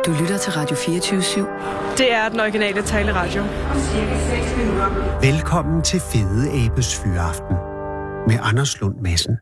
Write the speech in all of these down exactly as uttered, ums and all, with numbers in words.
Du lytter til Radio fireogtyve syv. Det er den originale taleradio. Velkommen til Fede Abes Fyraften med Anders Lund Madsen.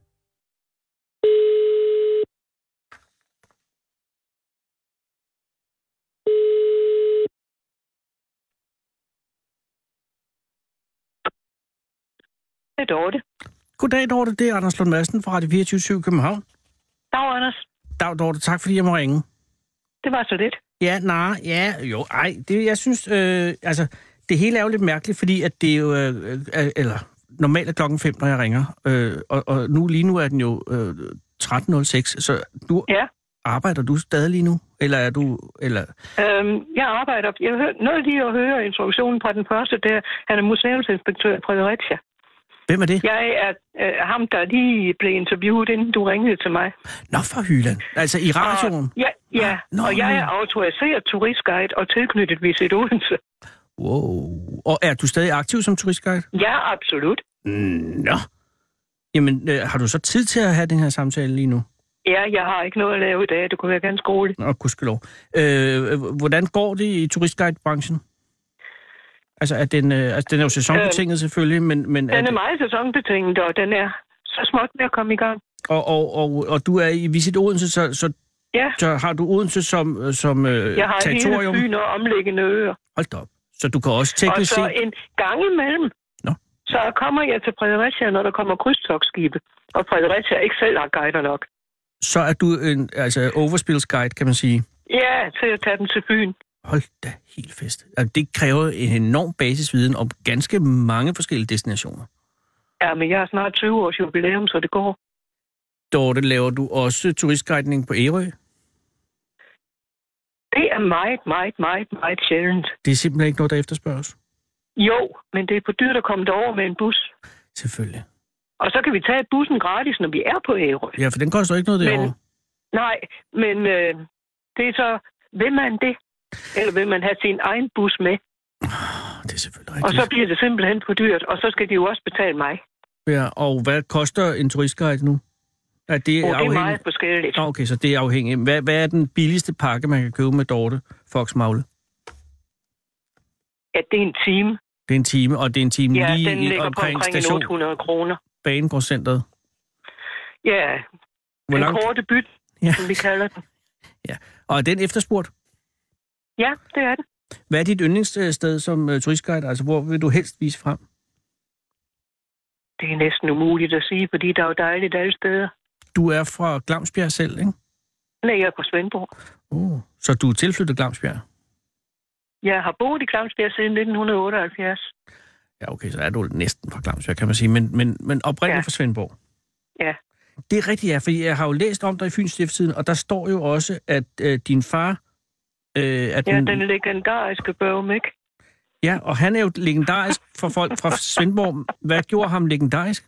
Det er Dorte. Goddag, Dorte. Det er Anders Lund Madsen fra Radio fireogtyve syv København. Dag, Anders. Dag, Dorte. Tak, fordi jeg må ringe. Det var så lidt. Ja, nej, ja, jo, ej. Det, jeg synes, øh, altså, det hele er jo lidt mærkeligt, fordi at det er jo, øh, eller normalt er klokken fem, når jeg ringer, øh, og, og nu lige nu er den jo øh, tretten nul seks, så du, Ja. arbejder du stadig lige nu? Eller er du, eller... Øhm, jeg arbejder, jeg hør, nåede lige at høre introduktionen fra den første der. Han er museumsinspektør i Fredericia. Hvem er det? Jeg er øh, ham, der lige blev interviewet, inden du ringede til mig. Nå, for hylden. Altså i radioen? Og, ja, ja. Nå, og jeg er nå. autoriseret turistguide og tilknyttet Visit Odense. Wow. Og er du stadig aktiv som turistguide? Ja, absolut. Mm, nå. Jamen, øh, har du så tid til at have den her samtale lige nu? Ja, jeg har ikke noget at lave i dag. Det kunne være ganske roligt. Nå, gudskelov. Øh, hvordan går det i turistguidebranchen? Altså, er den, øh, altså, den er jo sæsonbetinget øh, selvfølgelig, men... men den er, er meget sæsonbetinget, og den er så småt med at komme i gang. Og, og, og, og du er i Visit Odense, så, så, Ja. så har du Odense som, som øh, Jeg har territorium? hele byen og omliggende øer. Hold da op. Så du kan også Og teknisk så set... en gang imellem, Nå. så kommer jeg til Fredericia, når der kommer krydstogtskibe. Og Fredericia ikke selv har guider nok. Så er du en altså, overspilsguide, kan man sige. Ja, til at tage dem til byen. Hold da helt fest. Altså, det kræver en enorm basisviden om ganske mange forskellige destinationer. Ja, men jeg har snart tyve års jubilæum, så det går. Dorte, laver du også turistguidning på Ærø? Det er meget, meget, meget, meget sjældent. Det er simpelthen ikke noget, der efterspørges. Jo, men det er for dyrt at komme derover med en bus. Selvfølgelig. Og så kan vi tage bussen gratis, når vi er på Ærø. Ja, for den koster ikke noget derovre. Men, nej, men øh, det er så, vil man det? Eller vil man have sin egen bus med? Det er selvfølgelig Og rigtigt. så bliver det simpelthen for dyrt, og så skal de jo også betale mig. Ja, og hvad koster en turistguide nu? Er det, Og det er afhængigt? meget forskelligt. Nå, okay, så det er afhængigt. Hvad, hvad er den billigste pakke, man kan købe med Dorte Foxmagle? Ja, det er en time. Det er en time, og det er en time Ja, lige den ligger på omkring omkring station otte hundrede kroner. Banegårdscenteret. Ja, Hvor den langt? korte byt, Ja. som vi kalder den. Ja. Og er den efterspurgt? Ja, det er det. Hvad er dit yndlingssted som uh, turistguide? Altså, hvor vil du helst vise frem? Det er næsten umuligt at sige, fordi der er jo dejligt alle steder. Du er fra Glamsbjerg selv, ikke? Nej, jeg er fra Svendborg. Oh. Så du er tilflyttet Glamsbjerg? Jeg har boet i Glamsbjerg siden nitten otteoghalvfjerds. Ja, okay, så er du næsten fra Glamsbjerg, kan man sige, men, men, men oprindeligt Ja. fra Svendborg. Ja. Det er rigtigt, ja, fordi jeg har jo læst om dig i Fyns Stiftstidende, og der står jo også, at øh, din far... Øh, at Ja, den legendariske Børge. Ja, og han er jo legendarisk for folk fra Svendborg. Hvad gjorde ham legendarisk?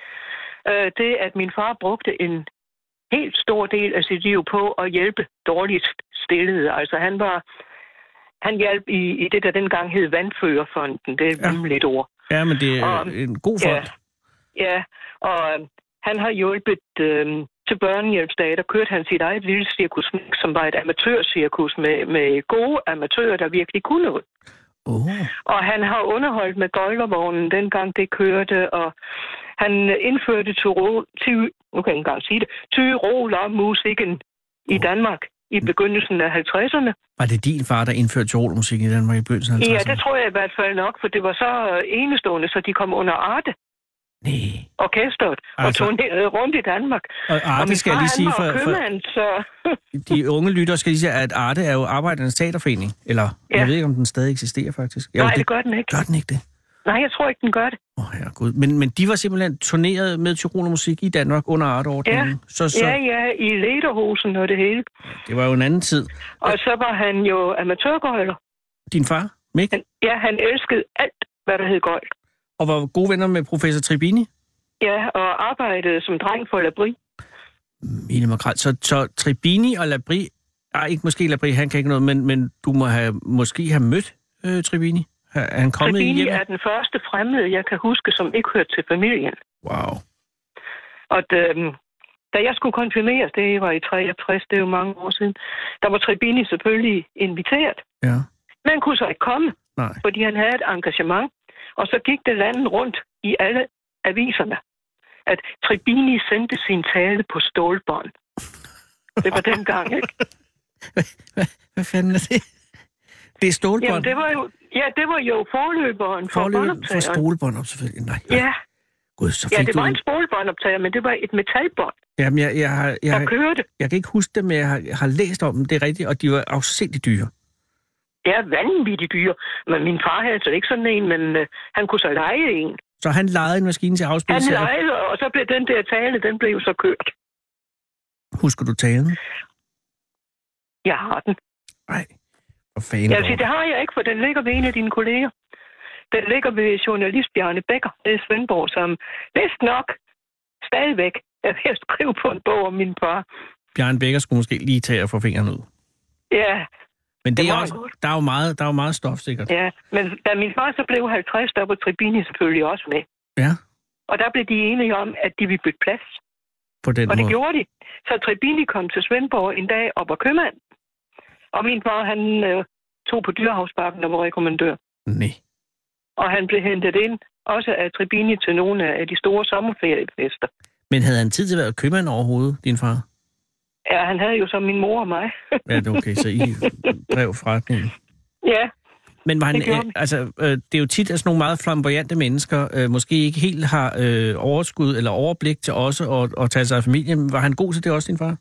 Øh, det, at min far brugte en helt stor del af sit liv på at hjælpe dårligt stillede. Altså, han var... Han hjalp i, i det, der dengang hed Vandførerfonden. Det er et Ja. vimmeligt ord. Ja, men det er Og- en god fond. Ja, ja. og øh, han har hjulpet øh, til børnehjælpsdag, der kørte han sit eget lille cirkus, som var et amatørcirkus med, med gode amatører, der virkelig kunne noget. Oh. Og han har underholdt med gøjlervognen, dengang det kørte, og han indførte tyro, ty, nu kan jeg ikke engang sige det, tyrolermusikken i Danmark i begyndelsen af halvtredserne. Var det din far, der indførte tyrolermusik i Danmark i begyndelsen af Ja, halvtredserne? det tror jeg i hvert fald nok, for det var så enestående, så de kom under Arte. Nej. Orkestret og Altså- turnerede rundt i Danmark. Og Arte, min skal jeg far, lige sige, han var for, for købmand, så... de unge lyttere skal lige sige, at Arte er jo Arbejdernes Teaterforening. Eller, Ja. jeg ved ikke, om den stadig eksisterer, faktisk. Jo, Nej, det gør den ikke. Gør den ikke det? Nej, jeg tror ikke, den gør det. Åh, oh, herregud. Men, men de var simpelthen turneret med tyrolermusik i Danmark under Arte-ordningen. Ja. Så, så, Ja, ja, i lederhosen og det hele. Det var jo en anden tid. Og så var han jo amatørgøjler. Din far, Mick, Han, ja, han elskede alt, hvad der hed gøjl. og var gode venner med professor Tribini. Ja, og arbejdede som dreng for Labri. Mine makrel. Så, så Tribini og Labri, ej, ikke måske Labri, han kan ikke noget, men, men du må have, måske have mødt øh, Tribini. Er han kommet Tribini hjem? er den første fremmede, jeg kan huske, som ikke hørte til familien. Wow. Og det, Da jeg skulle konfirmeres, det var i treogtres, det er jo mange år siden, der var Tribini selvfølgelig inviteret. Ja. Men han kunne så ikke komme, Nej. fordi han havde et engagement. Og så gik det landet rundt i alle aviserne, at Tribini sendte sin tale på stålbånd. Det var dengang, ikke? Hvad, hvad fanden er det? Det er stålbånd? Jamen, det var jo, ja, det var jo forløberen for Forløb båndoptageren. for stålbånd op, selvfølgelig. Nej, nej. Ja. Gud, så Ja, fik det du var en... en spolebåndoptager, men det var et metalbånd, Jamen, jeg, jeg, har, jeg, der har, kørte. jeg kan ikke huske det, men jeg har, jeg har læst om dem, det er rigtigt, og de var afsindigt dyre. Det er vanvittigt dyre. Men min far havde så ikke sådan en, men øh, han kunne så lege en. Så han lejede en maskine til Han afspillelse? legede, og så blev den der tale, den blev så kørt. Husker du talen? Jeg har den. Nej, for fanden. Jeg vil sige, det har jeg ikke, for den ligger ved en af dine kolleger. Den ligger ved journalist Bjarne Becker i Svendborg, som vist nok stadigvæk er ved at skrive på en bog om min far. Bjarne Becker skulle måske lige tage og få fingeren ud. Ja. Men det det er var også, godt. der er jo meget, der er jo meget stof, sikkert. Ja, men da min far så blev halvtreds, der var Tribini selvfølgelig også med. Ja, Og der blev de enige om, at de ville bytte plads. på den Og det måde. gjorde de. Så Tribini kom til Svendborg en dag og var købmand. Og min far, han øh, tog på Dyrehavsparken og var rekommandør. Nej. Og han blev hentet ind, også af Tribini, til nogle af de store sommerferiefester. Men havde han tid til at være købmand overhovedet, din far? Ja, han havde jo så min mor og mig. Ja, det er okay, så I drev forretningen. Ja, Men var han, Det gjorde øh, vi. altså, øh, det er jo tit, at sådan nogle meget flamboyante mennesker øh, måske ikke helt har øh, overskud eller overblik til også at, at tage sig af familien. Var han god til det også, din far?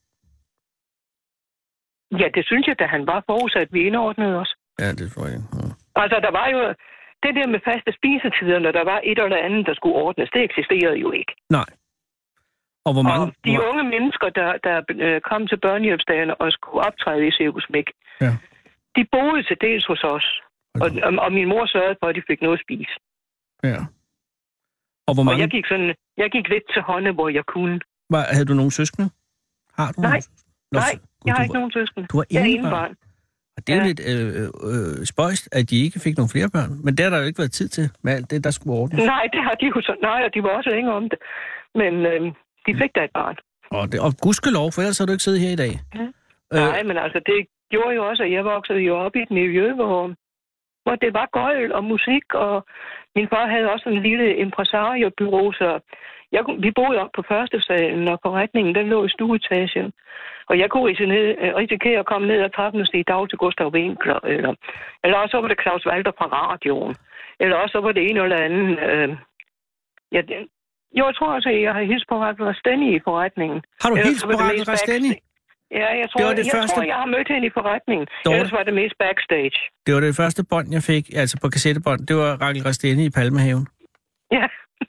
ja, det synes jeg, da han var forudsat, vi indordnede os. Ja, det tror jeg. Ja. Altså, der var jo det der med faste spisetider, når der var et eller andet, der skulle ordnes, det eksisterede jo ikke. Nej. Og hvor mange... Og de hvor, unge mennesker, der, der øh, kom til børnehjælpsdagene og skulle optræde i Cirkus Mæk, ja. de boede til dels hos os. Og, og, og min mor sørgede for, at de fik noget at spise. Ja. Og hvor Og mange... jeg gik, sådan, jeg gik lidt til hånde, hvor jeg kunne. Var, havde du nogle søskende? Har du Nej. nogle søskende? Nå, Nej, Gud, jeg har du ikke var- nogen søskende. Du har Jeg er ingen ene børn? barn. Og det er jo Ja. lidt øh, øh, spøjst, at de ikke fik nogle flere børn. Men det har der jo ikke været tid til med alt det, der skulle ordnes. Nej, det har de jo så. Nej, og de var også længe om det. Men øh, de fik da et barn. Og, det, og gudskelov, for ellers har du ikke siddet her i dag. Ja. Øh, Nej, men altså, det gjorde jo også, at jeg voksede jo op i et miljø, hvor, hvor det var gøjl og musik, og min far havde også en lille impresario-bureau, så jeg, vi boede op på første salen, og forretningen, den lå i stueetagen. Og jeg kunne risikere, risikere at komme ned ad trappen og sige dag til Gustav Winkler, eller, eller også var det Claus Walter fra radioen, eller også var det en eller anden... Øh, ja, det, jo, jeg tror også, at jeg har hilst på Rachel Rasteni i forretningen. Har du Ellers hilst var på det Rachel mest Rasteni? backstage. Ja, jeg tror, Det var det jeg, første- tror, jeg har mødt hende i forretningen. Dorte? Ellers var det mest backstage. Det var det første bånd, jeg fik, altså på kassettebånd. Det var Rachel Rasteni i Palmehaven. Ja.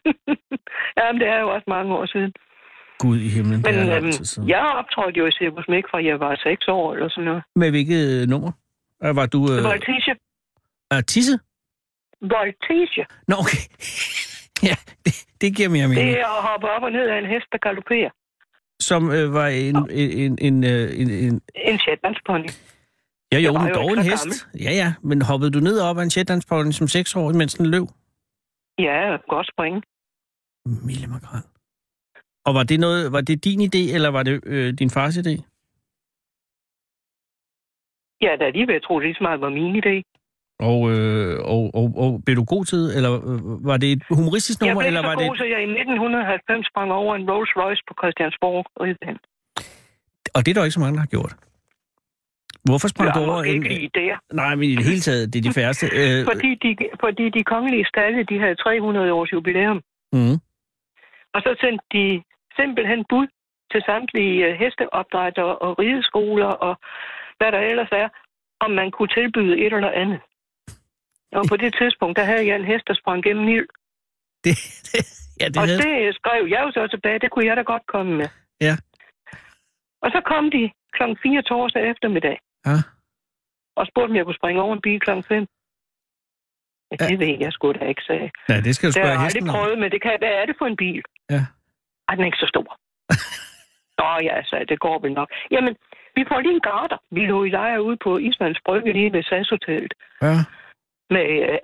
Jamen, det er jo også mange år siden. Gud i himlen, det Men er lang øhm, tid siden. jeg optrådte jo i Cirkus Mæk, fra jeg var seks år eller sådan noget. Med hvilket øh, nummer? Øh, Var du... Øh, Det var Voltige. øh, Tisse? Voltige. Nå, okay. Ja, det, det giver mere mening. Det er at hoppe op og ned af en hest, der galopperer. Som øh, var en... en, en, en, øh, en, en En shetlandspony. ja, jo, Jeg var men jo dog ikke en så hest. Ja, ja, men hoppede du ned op af en shetlandspony som seksårig, mens den løb? Ja, godt springe. Mille makrel. Og var det noget, var det din idé, eller var det øh, din fars idé? Ja, da lige ved at tro, det lige så meget var min idé. Og, øh, og, og, og blev du god til, eller øh, var det et humoristisk Jeg nummer, blev eller så var god, det... så jeg i nitten halvfems sprang over en Rolls Royce på Christiansborg. Og den. Og det er der ikke så mange, der har gjort. Hvorfor sprang Jeg du har over måske en... ikke lige der. Nej, men i det hele taget, det er de færreste. Øh, Fordi de, fordi de kongelige stalle, de havde tre hundrede års jubilæum. mm, Og så sendte de simpelthen bud til samtlige øh, hesteopdrættere og rideskoler og hvad der ellers er, om man kunne tilbyde et eller andet. Og på det tidspunkt, der havde jeg en hest, der sprang gennem ild. det, det, ja, det Og havde... det skrev jeg jo så tilbage, det kunne jeg da godt komme med. Ja. Og så kom de klokken fire torsdag eftermiddag Ja. og spurgte, om jeg kunne springe over en bil klokken fem. Ja, det ved jeg sgu da ikke, sagde. Ja, det skal du Det har spørge jeg hesten aldrig om. prøvet, men det kan, hvad er det for en bil? Ja. Ej, den er ikke så stor. Nå ja, så det går vel nok. Jamen, vi får lige en garter. Vi lå i lejr ude på Islands Brygge lige ved S A S-hotellet. Ja. Med øh,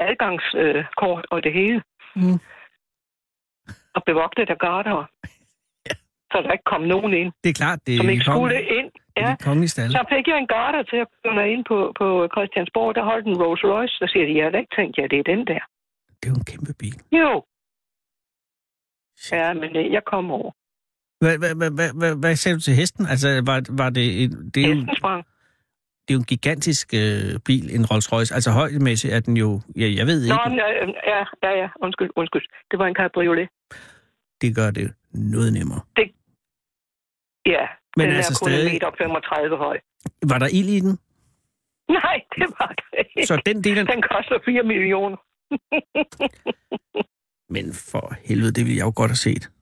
adgangskort øh, og det hele. Mm. Og bevogtet af garter. Ja. så der ikke kom nogen ind, Det er klart, det er som ikke kongen- skulle ind. det Ja. er kongelige stalle. Så fik jeg en garder til at køre mig ind på, på Christiansborg, der holdt en Rolls Royce, så siger de, jeg havde ikke tænkt, ja, det er den der. Det er jo en kæmpe bil. Jo. Ja, men øh, jeg kom over. Hvad, hvad, hvad, hvad, hvad, hvad sagde du til hesten? Altså, var, var det... En, det, er jo, Hesten sprang. det er jo en gigantisk øh, bil, en Rolls Royce. Altså, højdemæssigt er den jo... Ja, jeg ved ikke. Nå, men, øh, ja, ja, ja, undskyld, undskyld. Det var en cabriolet. Det gør det noget nemmere. Ja, Men den altså er kun stadig- en meter femogtredive høj. Var der ild i den? Nej, det var det ikke. Så den del af... Den koster fire millioner. Men for helvede, det ville jeg jo godt have set.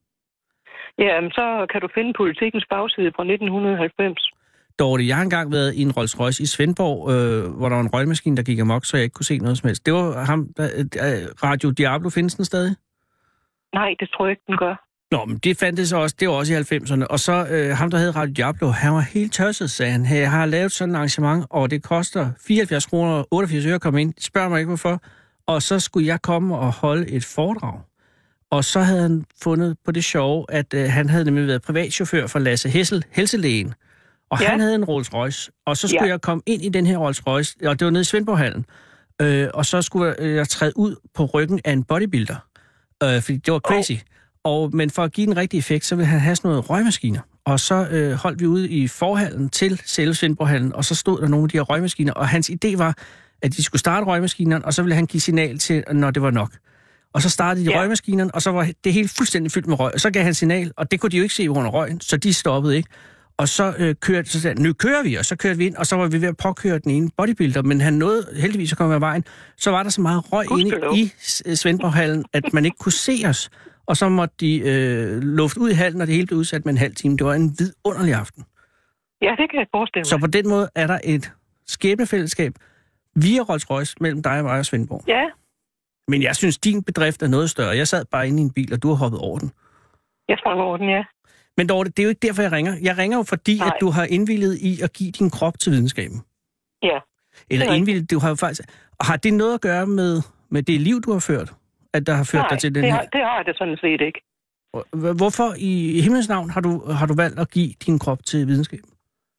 Ja, men så kan du finde Politikens bagside fra nitten halvfems. Dorte, jeg har engang været i en Rolls Royce i Svendborg, øh, hvor der var en røgmaskine, der gik amok, så jeg ikke kunne se noget som helst. Det var ham, der, øh, Radio Diablo, findes den stadig? Nej, det tror jeg ikke, den gør. Nå, men det fandtes også, det var også i halvfemserne. Og så øh, ham, der hed Radio Diablo, han var helt tosset, sagde han. Hey, jeg har lavet sådan et arrangement, og det koster fireoghalvfjerds kroner og otteogfirs øre at komme ind. Spørg mig ikke, hvorfor. Og så skulle jeg komme og holde et foredrag. Og så havde han fundet på det sjove, at øh, han havde nemlig været privatchauffør for Lasse Hessel, helselægen. Og Ja. han havde en Rolls Royce. Og så skulle Ja. jeg komme ind i den her Rolls Royce, og det var nede i Svendborghallen. Øh, og så skulle jeg, jeg træde ud på ryggen af en bodybuilder. Øh, fordi det var crazy. Oh. Og, men for at give den rigtige effekt, så ville han have sådan noget røgmaskiner. Og så øh, holdt vi ude i forhallen til selve Svendborghallen, og så stod der nogle af de her røgmaskiner. Og hans idé var, at de skulle starte røgmaskinerne, og så ville han give signal til, når det var nok. Og så startede de Ja. røgmaskinerne, og så var det helt fuldstændig fyldt med røg. Og så gav han signal, og det kunne de jo ikke se under røgen, så de stoppede ikke. Og så øh, kørte, så sagde, nu kører vi, og så kørte vi ind, og så var vi ved at påkøre den ene bodybuilder, men han nåede heldigvis at komme af vejen. Så var der så meget røg inde Gudskelov. i S- Svendborghallen, at man ikke kunne se os. Og så måtte de øh, lufte ud i hallen, og det hele blev udsat med en halv time. Det var en vidunderlig aften. Ja, det kan jeg forestille mig. Så på den måde er der et skæbnefællesskab via Rolls Royce mellem dig og mig og Svendborg. Ja, Men jeg synes, din bedrift er noget større. Jeg sad bare inde i en bil, og du har hoppet over den. jeg sprang over den, ja. Men Dorte, det er jo ikke derfor, jeg ringer. Jeg ringer jo, fordi Nej. at du har indvilliget i at give din krop til videnskaben. Ja. Eller Det er indvilliget, du har jo faktisk... Har det noget at gøre med, med det liv, du har ført? At der har ført Nej, dig til den det her? har, det har jeg det sådan set ikke. H- Hvorfor i himlens navn har du, har du valgt at give din krop til videnskaben?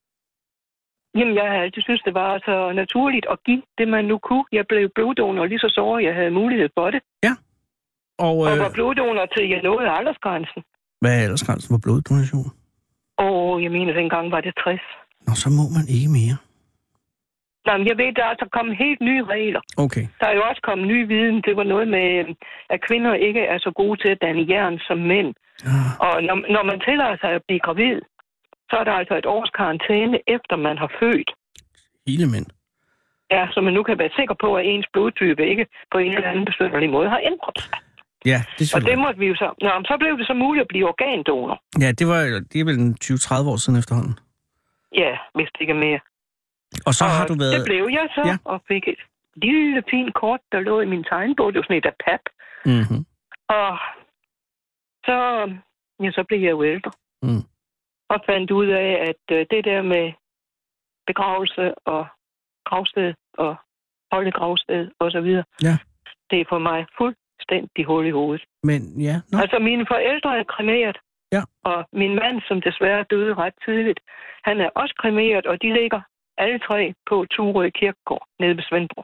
Jamen, jeg har altid synes, det var så naturligt at give det, man nu kunne. Jeg blev bloddonor lige så såret, jeg havde mulighed for det. Og, Og øh, var bloddonor til, jeg nåede aldersgrænsen. hvad er aldersgrænsen for bloddonation? Og jeg mener, dengang var det tres. Nå, så må man ikke mere. Nej, men jeg ved, der er altså kommet helt nye regler. Okay. Der er jo også kommet ny viden. Det var noget med, at kvinder ikke er så gode til at danne jern som mænd. Ah, Og når, når man tillader sig at blive gravid, så er der altså et års karantæne, efter man har født. hele mænd. Ja, så man nu kan være sikker på, at ens blodtype ikke på en eller anden besynderlig måde har ændret sig. Ja, det er Og selvfølgelig. det måtte vi jo så... Nå, men så blev det så muligt at blive organdonor. Ja, det var det er vel tyve til tredive år siden efterhånden. Ja, hvis det ikke er mere. Og så og har du været... det blev jeg så, Ja. ja. og fik et lille fint kort, der lå i min tegnbog. Det var sådan et af pap. Mm-hmm. Og så, ja, så blev jeg jo ældre. Mm. Og fandt ud af, at øh, det der med begravelse og gravsted og holde gravsted og så videre, Ja. det er for mig fuldstændig hul i hovedet. Men ja, nå. Altså, mine forældre er kremeret. Ja. Og min mand, som desværre døde ret tidligt, han er også kremeret, og de ligger alle tre på Turø Kirkegård nede ved Svendborg.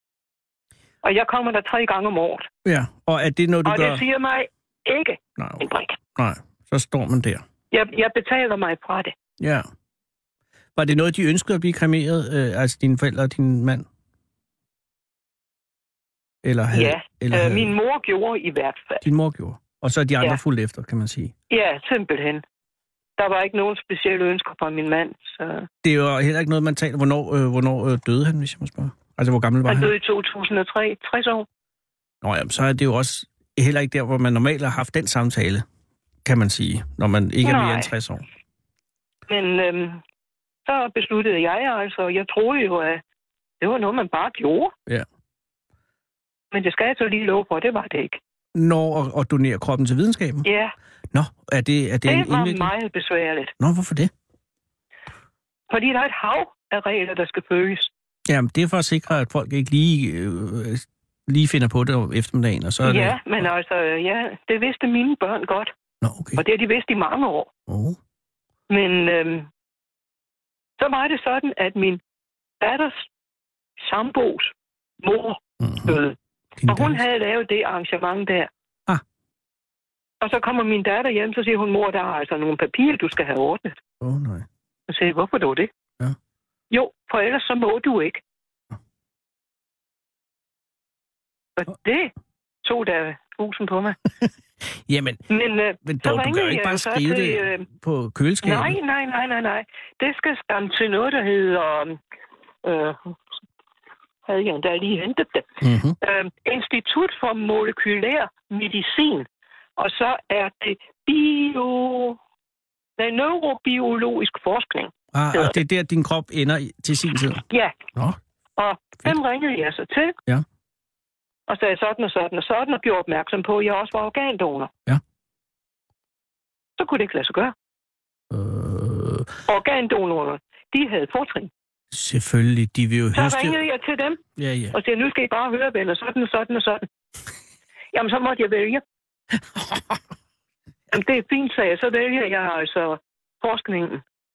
Og jeg kommer der tre gange om året. Ja, og er det noget, du og gør... det siger mig ikke Nej, en brik. nej, så står man der. Jeg, jeg betaler mig fra det. Ja. Var det noget, de ønskede at blive kremeret, øh, altså dine forældre og din mand? Eller havde, Ja, eller øh, havde min mor gjorde i hvert fald. din mor gjorde? Og så er de andre Ja. fuldt efter, kan man sige. Ja, simpelthen. Der var ikke nogen specielle ønsker fra min mand, så Det er jo heller ikke noget, man taler... Hvornår, øh, hvornår øh, døde han, hvis jeg må spørge? Altså, hvor gammel var han han? døde i to tusind og tre, tres år. Nå ja, så er det jo også heller ikke der, hvor man normalt har haft den samtale, kan man sige, når man ikke er mere Nej. end tres år. Men øhm, så besluttede jeg altså, jeg troede jo, at det var noget, man bare gjorde. Ja. Men det skal jeg så lige love for, det var det ikke. Når at, at donere kroppen til videnskaben? Ja, Nå, er det, er det, det, en det var indvikling? meget besværligt. Nå, hvorfor det? Fordi der er et hav af regler, der skal følges. Jamen, det er for at sikre, at folk ikke lige, øh, lige finder på det om eftermiddagen, og så er Ja, det... men altså, ja, det vidste mine børn godt. Nå, okay. Og det har de vidst i mange år. Oh. Men øhm, så var det sådan, at min datters sambos mor Mm-hmm. døde. Din Og hun datter. havde lavet det arrangement der. Ah. Og så kommer min datter hjem, så siger hun, mor, der er altså nogle papirer, du skal have ordnet. Åh, oh, nej. Så siger jeg, hvorfor dog det? Ja. Jo, for ellers så må du ikke. Ja. Og det tog der tusind på mig. Jamen, Men, øh, men så dog, du ringede kan jo ikke jeg bare så skrive til, det øh, på køleskabet. Nej, nej, nej, nej, nej. Det skal stamme til noget, der hedder... Øh, havde jeg endda lige hentet det. Mm-hmm. Øh, Institut for Molekylær Medicin. Og så er det bio... Det er neurobiologisk forskning. Ah, og det er der, din krop ender i, til sin tid? Ja. Nå. Og dem ringede jeg så til. Ja. Og sagde sådan og sådan og sådan, og gjorde opmærksom på, at jeg også var organdonor. Ja. Så kunne det ikke lade sig gøre. Øh, Organdonorerne, de havde fortrin. selvfølgelig, de vil jo Så høste... ringede jeg til dem, Ja, ja. og sagde, nu skal I bare høre, venner, sådan og sådan og sådan. Jamen, så måtte jeg vælge. Jamen, det er fint, sagde jeg. Så vælger jeg altså forskningen.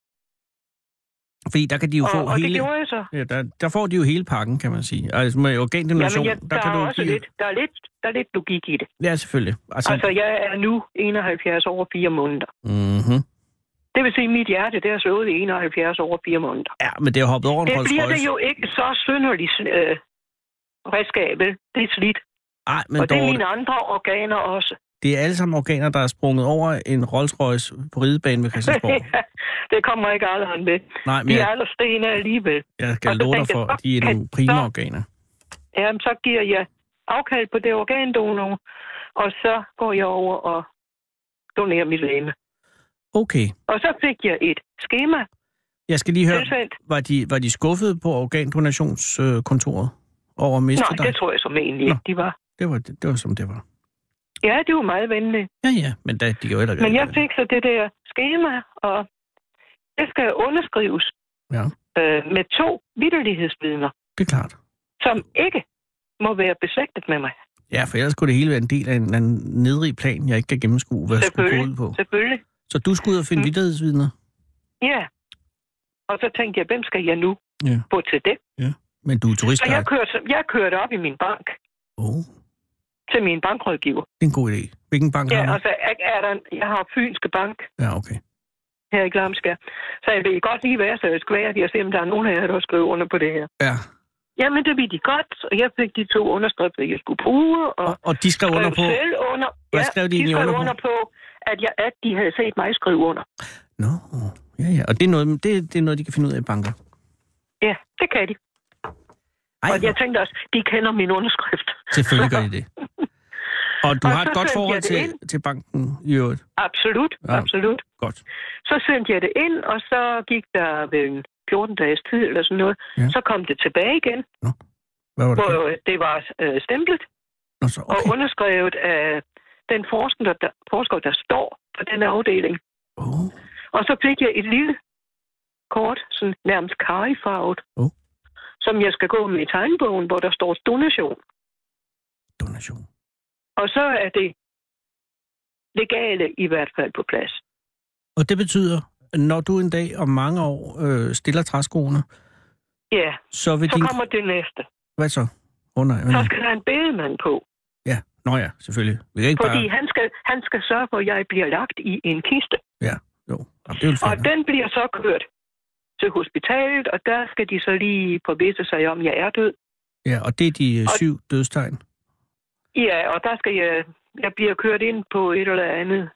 Fordi der kan de jo Og, få og hele... det gjorde jeg så. Ja, der, der får de jo hele pakken, kan man sige. Altså med organdonation, Jamen, jeg, der der, kan er du også give... lidt, der, er lidt, der er lidt logik i det. Ja, selvfølgelig. Altså, Altså, jeg er nu enoghalvfjerds over fire måneder. mm-hmm. Det vil sige, at mit hjerte, det har slået i enoghalvfjerds over fire måneder. Ja, men det er hoppet over en Det Rolls bliver Royce. det jo ikke så synderligt øh, redskab, vel? Det er slidt. Ej, men Og det er dog, mine andre organer også. det er alle sammen organer, der er sprunget over en Rolls Royce på ridebanen ved Christiansborg. Det kommer ikke alderen med. Nej, men De er jeg, alle stene alligevel. jeg Og skal så love dig tænkte for, jeg, at de er okay, nogle prima så- organer. Jamen, så giver jeg afkald på det organdonor, og så går jeg over og donerer mit læme. Okay. Og så fik jeg et skema Jeg skal lige høre, tilsendt. var de, var de skuffede på organdonationskontoret over at miste Nej, dig? det tror jeg som egentlig ikke, de var. Det var, det, det var som det var. Ja, det var meget venligt. Ja, ja, men da, de kan jo heller Men jeg fik så det der skema, og det skal underskrives Ja, øh, med to vitterlighedsvidner, det er klart. som ikke må være beslægtet med mig. Ja, for ellers kunne det hele være en del af en, en nedrig plan, jeg ikke kan gennemskue, hvad jeg skulle gå ud på. Selvfølgelig. Så du skulle ud og finde Mm. vittighedsvidner? Ja. Og så tænkte jeg, hvem skal jeg nu Ja. få til det? Ja. Men du er Så turistguide. jeg kørte, jeg kørte op i min bank Åh, oh, til min bankrådgiver. det er en god idé. Hvilken bank har Ja, du? og så er, er der, en- jeg har Fynske Bank Ja, okay. her i Glamskær. Så jeg vil godt lige være så skvært, jeg ser, om der er nogen af jer, der skriver under på det her. Ja, Jamen, det ville de godt, og jeg fik de to underskrifter, jeg skulle bruge, og, og, og de skrev under på... selv under. Hvad ja, skrev de de egentlig skrev under på? under på, at, jeg, at de havde set mig skrive under. Nå, ja, ja. Og det er, noget, det, det er noget, de kan finde ud af i banker. Ja, det kan de. Ej, Og jeg tænkte også, de kender min underskrift. selvfølgelig gør de det. Og du Og har et så godt sendte forhold jeg det til, til banken i øvrigt. Absolut, Ja. ja. absolut. Godt. Så sendte jeg det ind, og så gik der vel fjorten dages tid eller sådan noget. Ja. Ja. Så kom det tilbage igen, Hvad var det? hvor øh, det var øh, stemplet Nå, så, okay. og okay. underskrevet af den forsker der, forsker, der står på den afdeling. Oh. Og så fik jeg et lille kort, sådan nærmest karifarvet, Oh. som jeg skal gå med i tegnebogen, hvor der står donation. Donation. Og så er det legale i hvert fald på plads. Og det betyder, at når du en dag om mange år øh, stiller træskoene, Ja, så vil så din... kommer det næste. Hvad så? Åh oh, nej, Så nej. skal der en bedemand på. Ja, nå ja, selvfølgelig. Vi kan ikke Fordi bare... han skal, han skal sørge for, at jeg bliver lagt i en kiste. Ja, jo. Jamen, det er jo Og fint. den bliver så kørt til hospitalet, og der skal de så lige forvisse sig om, at jeg er død. Ja, og det er de øh, Og- syv dødstegn. Ja, og der skal jeg, jeg bliver kørt ind på et eller andet,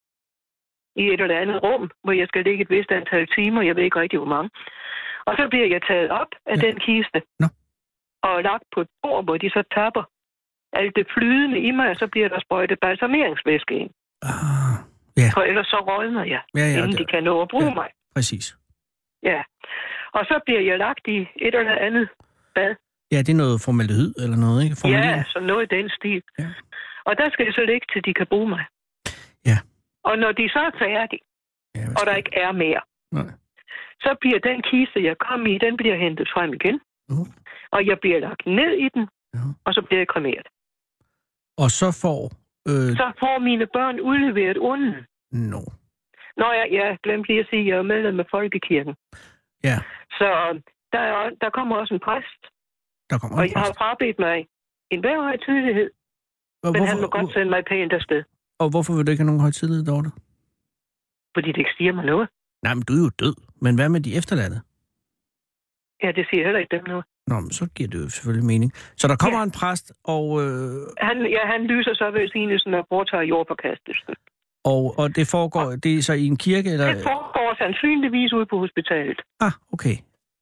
i et eller andet rum, hvor jeg skal ligge et vist antal timer, jeg ved ikke rigtig, hvor mange. Og så bliver jeg taget op af Ja. den kiste, Nå. og lagt på et bord, hvor de så tapper alt det flydende i mig, og så bliver der sprøjtet balsameringsvæske ind. Ah, ja, For ellers så rådner jeg, ja, ja, inden det, de kan nå at bruge ja. mig. præcis. Ja. Og så bliver jeg lagt i et eller andet bad. Ja, det er noget formaldehyd eller noget, ikke? Formalin. Ja, så noget i den stil. Ja. Og der skal jeg så ligge, til de kan bruge mig. Ja. Og når de så er færdige, Ja, hvad og skal- der ikke er mere, Nej. så bliver den kiste, jeg kom i, den bliver hentet frem igen. Uh. Og jeg bliver lagt ned i den, Ja. og så bliver jeg kremeret. Og så får... Øh, Så får mine børn udleveret urnen. No. Nå, jeg, jeg glemte lige at sige, at jeg er medlem med Folkekirken. Ja. Så der, er, der kommer også en præst. Der kommer og en jeg har præst. frabedt mig en hver højtidelighed. Og men hvorfor, han må godt sende mig pænt afsted. Og hvorfor vil du ikke have nogen højtidelighed, Dorte? Fordi det ikke siger mig noget. Nej, men du er jo død. Men hvad med de efterladte? Ja, det siger heller ikke dem noget. Nå, men så giver det jo selvfølgelig mening. Så der kommer ja. en præst, og... Øh... Han, ja, han lyser så velsignelsen og foretager jordforkastelsen. Og, og det foregår, og det er så i en kirke, eller... Det foregår sandsynligvis ude på hospitalet. Ah, okay.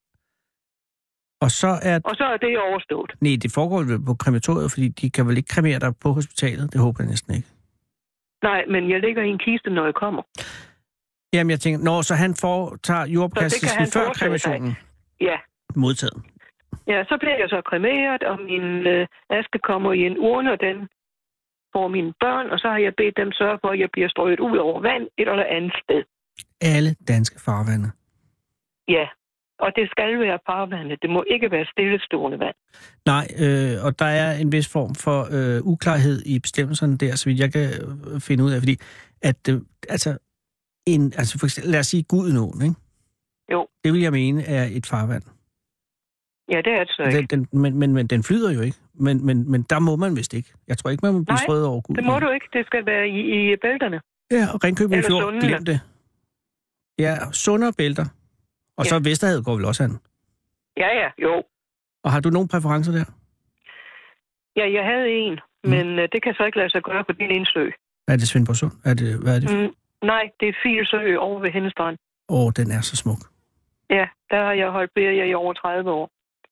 Og så er... Og så er det overstået. Nej, det foregår vel på krematoriet, fordi de kan vel ikke kremere dig på hospitalet? Det håber jeg næsten ikke. Nej, men jeg ligger i en kiste, når jeg kommer. Jamen, jeg tænker, når så han foretager jordopkastelsen før kremationen? Ja. Modtaget. Ja, så bliver jeg så kremeret, og min øh, aske kommer i en urne, og den får mine børn, og så har jeg bedt dem sørge for, at jeg bliver strøget ud over vand et eller andet sted. Alle danske farvande? Ja, og det skal være farvande. Det må ikke være stillestående vand. Nej, øh, og der er en vis form for øh, uklarhed i bestemmelserne der, så vidt jeg kan øh, finde ud af, fordi at, øh, altså, en, altså for eksempel, lad os sige Gudenåen, ikke? Jo. Det vil jeg mene er et farvand. Ja, det er det så ikke. Den, den, men, men, men den flyder jo ikke. Men, men, men der må man vist ikke. Jeg tror ikke, man må blive strøget over Gud. det må du ikke. Det skal være i, i bælterne. Ja, og Ringkøbing Fjord, Sundene. glem det. Ja, sundere bælter. Og ja. Så Vesterhavet går vel også an. Ja, ja, jo. Og har du nogle præferencer der? Ja, jeg havde en, mm. men uh, det kan så ikke lade sig gøre på din indsø. Er det Svendborgsund? Er det, hvad er det? Mm, nej, det er Filsø over ved Hennestrand. Åh, oh, den er så smuk. Ja, der har jeg holdt ferie i over tredive år.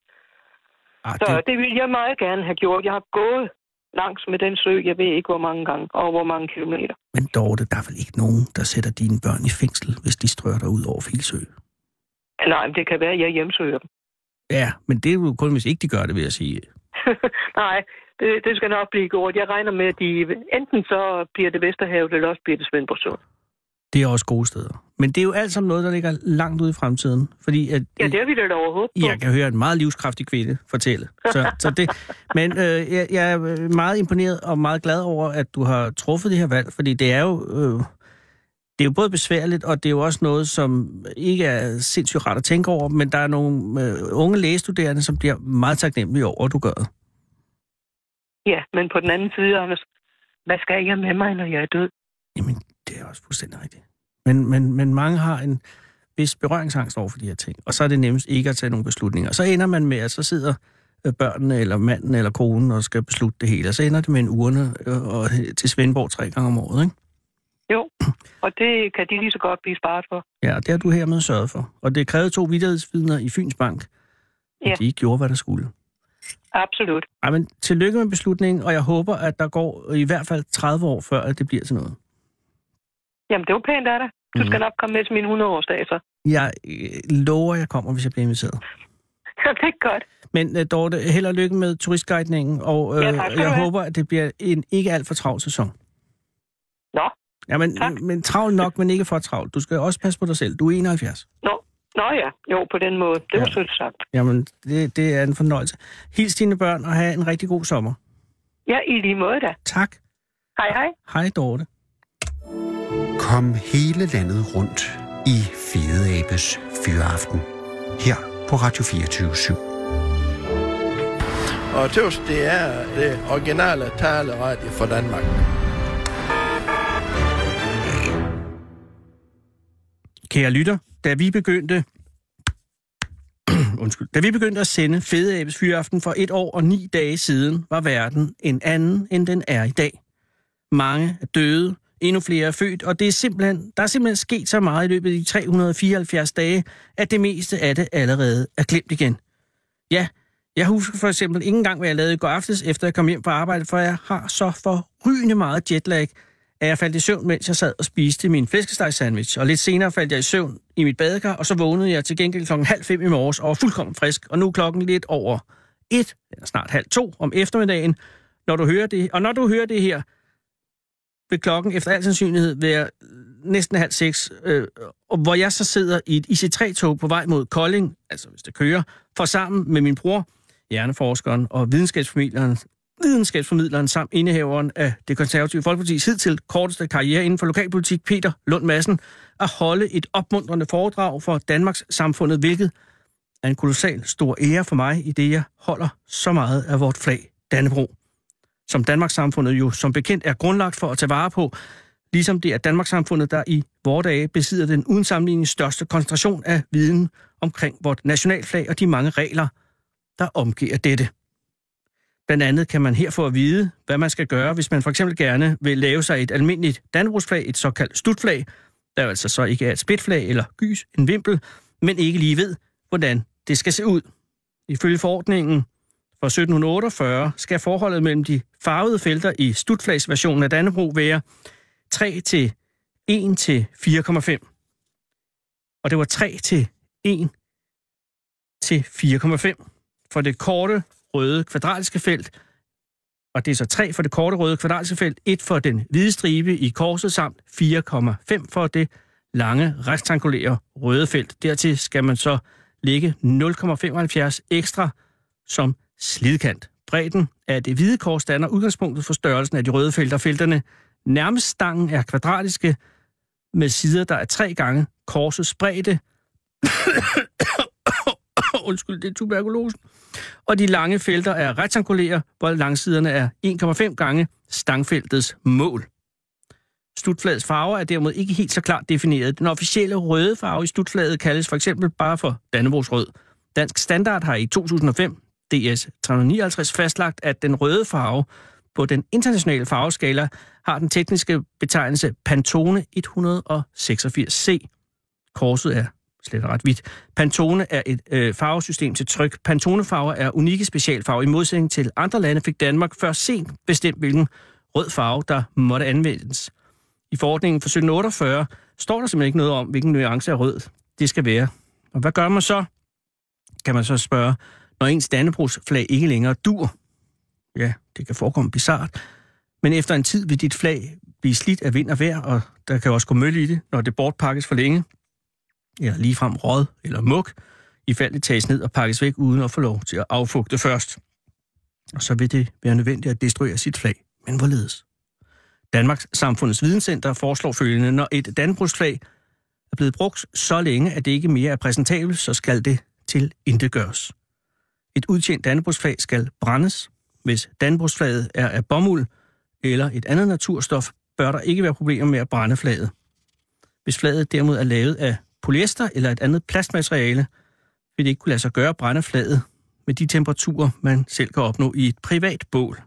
Ah, så det... det ville jeg meget gerne have gjort. Jeg har gået langs med den sø, jeg ved ikke hvor mange gange, og hvor mange kilometer. Men Dorte, der er vel ikke nogen, der sætter dine børn i fængsel, hvis de strøger dig ud over Filsø? Nej, men det kan være, at jeg hjemsøger dem. Ja, men det er jo kun, hvis ikke de gør det, vil jeg sige. Nej, det, det skal nok blive gjort. Jeg regner med, at de enten så bliver det Vesterhavet, eller også bliver det Svendborgsund. Det er også gode steder. Men det er jo alt sammen noget, der ligger langt ude i fremtiden. Fordi at, ja, det er vi da overhovedet på. Jeg kan høre en meget livskraftig kvinde fortælle. Så, så det, men øh, jeg, jeg er meget imponeret og meget glad over, at du har truffet det her valg. Fordi det er jo, øh, det er jo både besværligt, og det er jo også noget, som ikke er sindssygt ret at tænke over. Men der er nogle øh, unge lægestuderende, som bliver meget taknemmelige over, at du gør det. Ja, men på den anden side, Anders, hvad skal jeg med mig, når jeg er død? Jamen, det er også fuldstændig rigtigt. Men, men, men mange har en vis berøringsangst over for de her ting. Og så er det nemmest ikke at tage nogle beslutninger. Så ender man med, at så sidder børnene, eller manden, eller konen, og skal beslutte det hele. Og så ender det med en urne og, til Svendborg tre gange om året, ikke? Jo, og det kan de lige så godt blive sparet for. Ja, og det har du hermed sørget for. Og det krævede to vittighedsvidner i Fyns Bank, ja. De gjorde, hvad der skulle. Absolut. Ej, men tillykke med beslutningen, og jeg håber, at der går i hvert fald tredive år, før at det bliver til noget. Jamen, det var pænt af dig. Du skal mm. nok komme med til min hundrede-årsdag, så. Jeg øh, lover, jeg kommer, hvis jeg bliver inviteret. Ja, det er godt. Men uh, Dorte, held og lykke med turistguidningen, og uh, ja, jeg håber, at det bliver en ikke alt for travl sæson. Nå, Jamen, tak. Men travlt nok, men ikke for travlt. Du skal også passe på dig selv. Du er enoghalvfjerds. Nå, Nå ja, jo, på den måde. Det var ja. Sødt sagt. Jamen, det, det er en fornøjelse. Hils dine børn og have en rigtig god sommer. Ja, i lige måde da. Tak. Hej, hej. Hej, Dorte. Kom hele landet rundt i Fede Abes Fyraften. Her på Radio fireogtyve syv. Og tøvs, det er det originale taleradio for Danmark. Kære lytter, da vi begyndte undskyld, da vi begyndte at sende Fede Abes Fyraften for et år og ni dage siden, var verden en anden, end den er i dag. Mange er døde, endnu flere er født, og det er simpelthen, der er simpelthen sket så meget i løbet af de tre hundrede og fireoghalvfjerds dage, at det meste af det allerede er glemt igen. Ja, jeg husker for eksempel ikke engang, hvad jeg lavede i går aftes, efter jeg kom hjem fra arbejde, for jeg har så forrygende meget jetlag, at jeg faldt i søvn, mens jeg sad og spiste min flæskesteg-sandwich. Og lidt senere faldt jeg i søvn i mit badekar, og så vågnede jeg til gengæld klokken halv fem i morges og var fuldkommen frisk. Og nu er klokken lidt over et, eller snart halv to om eftermiddagen, når du hører det. Og når du hører det her, vil klokken efter al sandsynlighed være næsten halv seks, øh, og hvor jeg så sidder i et I C tre tog på vej mod Kolding, altså hvis det kører, for sammen med min bror, hjerneforskeren og videnskabsfamilien videnskabsformidleren samt indehaveren af det konservative Folkepartis hidtil korteste karriere inden for lokalpolitik, Peter Lund Madsen, at holde et opmuntrende foredrag for Danmarks samfundet, hvilket er en kolossal stor ære for mig, i det jeg holder så meget af vort flag, Dannebrog, som Danmarks samfundet jo som bekendt er grundlagt for at tage vare på, ligesom det er Danmarks samfundet, der i vore dage besidder den uden sammenligning største koncentration af viden omkring vort nationalflag og de mange regler, der omgiver dette. Blandt andet kan man her få at vide, hvad man skal gøre, hvis man for eksempel gerne vil lave sig et almindeligt dannebrogsflag, et såkaldt stutflag, der jo altså så ikke er et spidtflag eller gys, en vimpel, men ikke lige ved, hvordan det skal se ud. Ifølge forordningen fra sytten otteogfyrre skal forholdet mellem de farvede felter i stutflagsversionen af Dannebrog være tre til en til fire komma fem. Og det var tre til en til fire komma fem for det korte røde kvadratiske felt, og det er så tre for det korte røde kvadratiske felt, et for den hvide stribe i korset, samt fire komma fem for det lange rektangulære røde felt. Dertil skal man så lægge nul komma femoghalvfjerds ekstra som slidkant. Bredden af det hvide kors danner udgangspunktet for størrelsen af de røde felter. Felterne nærmest stangen er kvadratiske med sider, der er tre gange korsets bredde. Undskyld, det er tuberkulosen. Og de lange felter er rektangulære, hvor langsiderne er en komma fem gange stangfeltets mål. Stutflagets farver er derimod ikke helt så klart defineret. Den officielle røde farve i stutflaget kaldes for eksempel bare for Dannebrogsrød. Dansk Standard har i to tusind og fem, D S tre hundrede nioghalvtreds, fastlagt, at den røde farve på den internationale farveskala har den tekniske betegnelse Pantone et hundrede seksogfirs C. Korset er slet og ret hvidt. Pantone er et øh, farvesystem til tryk. Pantone-farver er unikke specialfarver. I modsætning til andre lande fik Danmark først sent bestemt, hvilken rød farve, der måtte anvendes. I forordningen fra sytten otteogfyrre står der simpelthen ikke noget om, hvilken nuance af rød det skal være. Og hvad gør man så? Kan man så spørge, når ens dannebrogsflag ikke længere dur? Ja, det kan forekomme bizart. Men efter en tid vil dit flag blive slidt af vind og vejr, og der kan også gå møl i det, når det bortpakkes for længe, eller ligefrem råd eller muk, i fald det tages ned og pakkes væk, uden at få lov til at affugte først. Og så vil det være nødvendigt at destruere sit flag. Men hvorledes? Danmarks Samfundets Videnscenter foreslår følgende: når et dannebrogsflag er blevet brugt så længe, at det ikke mere er præsentabelt, så skal det til intetgøres. Et udtjent dannebrogsflag skal brændes. Hvis dannebrogsflaget er af bomuld eller et andet naturstof, bør der ikke være problemer med at brænde flaget. Hvis flaget derimod er lavet af polyester eller et andet plastmateriale, vil det ikke kunne lade sig gøre at brænde flaget med de temperaturer, man selv kan opnå i et privat bål.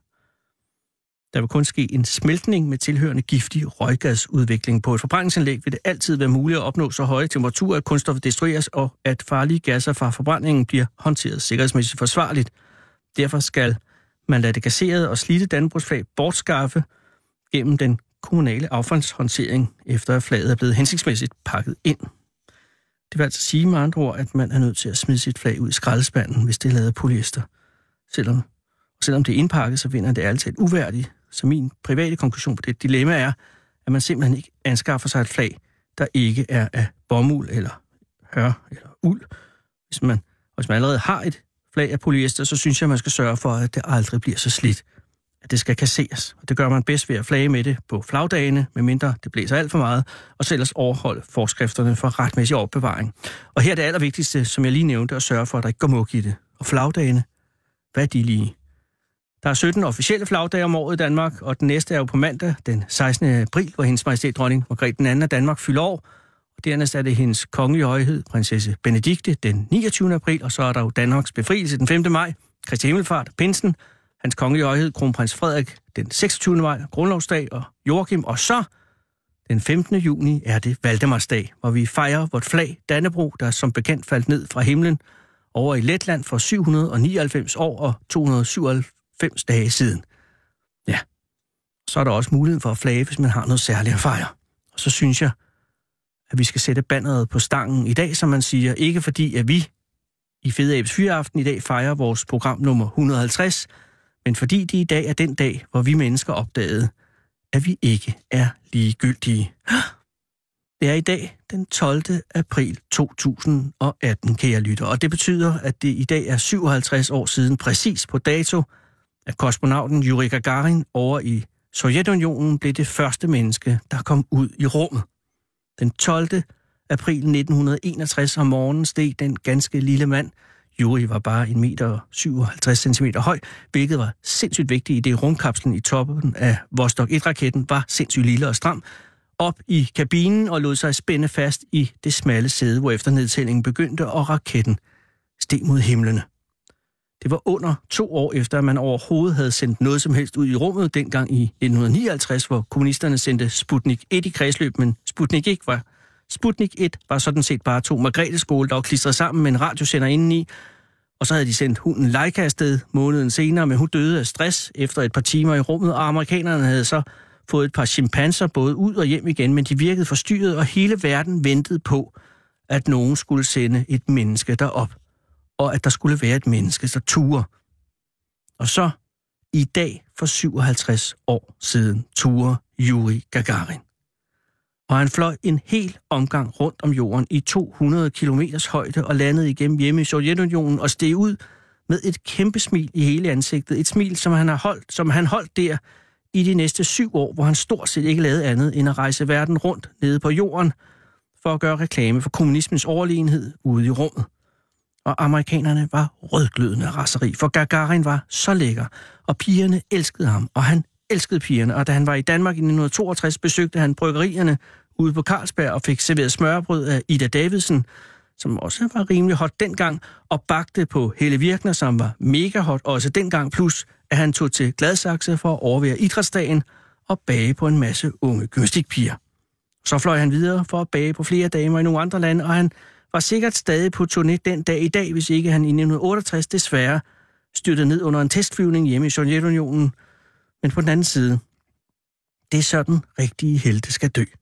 Der vil kun ske en smeltning med tilhørende giftig røggasudvikling. På et forbrændingsanlæg vil det altid være muligt at opnå så høje temperaturer, at kunststoffet destrueres, og at farlige gasser fra forbrændingen bliver håndteret sikkerhedsmæssigt forsvarligt. Derfor skal man lade det gasserede og slidte dannebrogsflag bortskaffe gennem den kommunale affaldshåndtering, efter at flaget er blevet hensigtsmæssigt pakket ind. Det vil altså sige med andre ord, at man er nødt til at smide sit flag ud i skraldespanden, hvis det er lavet af polyester. Selvom, selvom det er indpakket, så vinder det altid uværdigt. Så min private konklusion på det dilemma er, at man simpelthen ikke anskaffer sig et flag, der ikke er af bomuld eller hør eller uld. Hvis man, hvis man allerede har et flag af polyester, så synes jeg, man skal sørge for, at det aldrig bliver så slidt, at det skal kasseres. Og det gør man bedst ved at flage med det på flagdagene, medmindre det blæser alt for meget, og så ellers overholde forskrifterne for retmæssig opbevaring. Og her er det allervigtigste, som jeg lige nævnte, at sørge for, at der ikke går mug i det. Og flagdagene, hvad er de lige? Der er sytten officielle flagdage om året i Danmark, og den næste er jo på mandag, den sekstende april, hvor hendes majestæt dronning Margrethe den anden af Danmark fylder år. Og dernæst er det hendes kongelige højhed, prinsesse Benedikte, den niogtyvende april, og så er der jo Danmarks befrielse den femte maj, Kristi Himmelfart, Pinsen, hans kongelige højhed, kronprins Frederik, den seksogtyvende maj, grundlovsdag og Joachim, og så den femtende juni er det Valdemarsdag, hvor vi fejrer vort flag, Dannebrog, der som bekendt faldt ned fra himlen over i Letland for syv hundrede nioghalvfems år og to hundrede syvoghalvfems dage siden. Ja, så er der også mulighed for at flage, hvis man har noget særligt at fejre. Og så synes jeg, at vi skal sætte banneret på stangen i dag, som man siger, ikke fordi, at vi i Fede Abes Fyraften i dag fejrer vores program nummer et hundrede og halvtreds, men fordi det i dag er den dag, hvor vi mennesker opdagede, at vi ikke er ligegyldige. Det er i dag den tolvte april to tusind og atten, kære lytter, og det betyder, at det i dag er syvoghalvtreds år siden, præcis på dato, at kosmonauten Yuri Gagarin over i Sovjetunionen blev det første menneske, der kom ud i rummet. Den tolvte april nitten enogtres om morgenen steg den ganske lille mand. Yuri var bare en meter syvoghalvtreds centimeter høj, hvilket var sindssygt vigtigt, i det rumkapslen i toppen af Vostok et-raketten var sindssygt lille og stram, op i kabinen og lod sig spænde fast i det smalle sæde, hvorefter nedtællingen begyndte, og raketten steg mod himlene. Det var under to år efter, at man overhovedet havde sendt noget som helst ud i rummet, dengang i nitten nioghalvtreds, hvor kommunisterne sendte Sputnik et i kredsløb, men Sputnik et var, Sputnik et var sådan set bare to Margrethe-skåle, der var klistret sammen med en radiosender indeni, og så havde de sendt hunden Laika afsted måneden senere, men hun døde af stress efter et par timer i rummet, og amerikanerne havde så fået et par chimpanser både ud og hjem igen, men de virkede forstyrret, og hele verden ventede på, at nogen skulle sende et menneske derop, og at der skulle være et menneske, der turde. Og så, i dag for syvoghalvtreds år siden, turde Yuri Gagarin. Og han fløj en hel omgang rundt om jorden i to hundrede kilometers højde og landede igennem hjemme i Sovjetunionen og steg ud med et kæmpe smil i hele ansigtet. Et smil, som han har holdt, som han holdt der i de næste syv år, hvor han stort set ikke lavede andet end at rejse verden rundt nede på jorden for at gøre reklame for kommunismens overlegenhed ude i rummet. Og amerikanerne var rødglødende af raseri, for Gagarin var så lækker, og pigerne elskede ham, og han elskede pigerne. Og da han var i Danmark i nitten toogtres, besøgte han bryggerierne ude på Carlsberg og fik serveret smørbrød af Ida Davidsen, som også var rimelig hot dengang, og bagte på Helle Virkner, som var mega hot også dengang, plus at han tog til Gladsaxe for at overvære idrætsdagen og bage på en masse unge gymnastikpiger. Så fløj han videre for at bage på flere damer i nogle andre lande, og han var sikkert stadig på turné den dag i dag, hvis ikke han i nitten otteogtres desværre styrtede ned under en testflyvning hjemme i Sovjetunionen. Men på den anden side, det er sådan rigtige helte skal dø.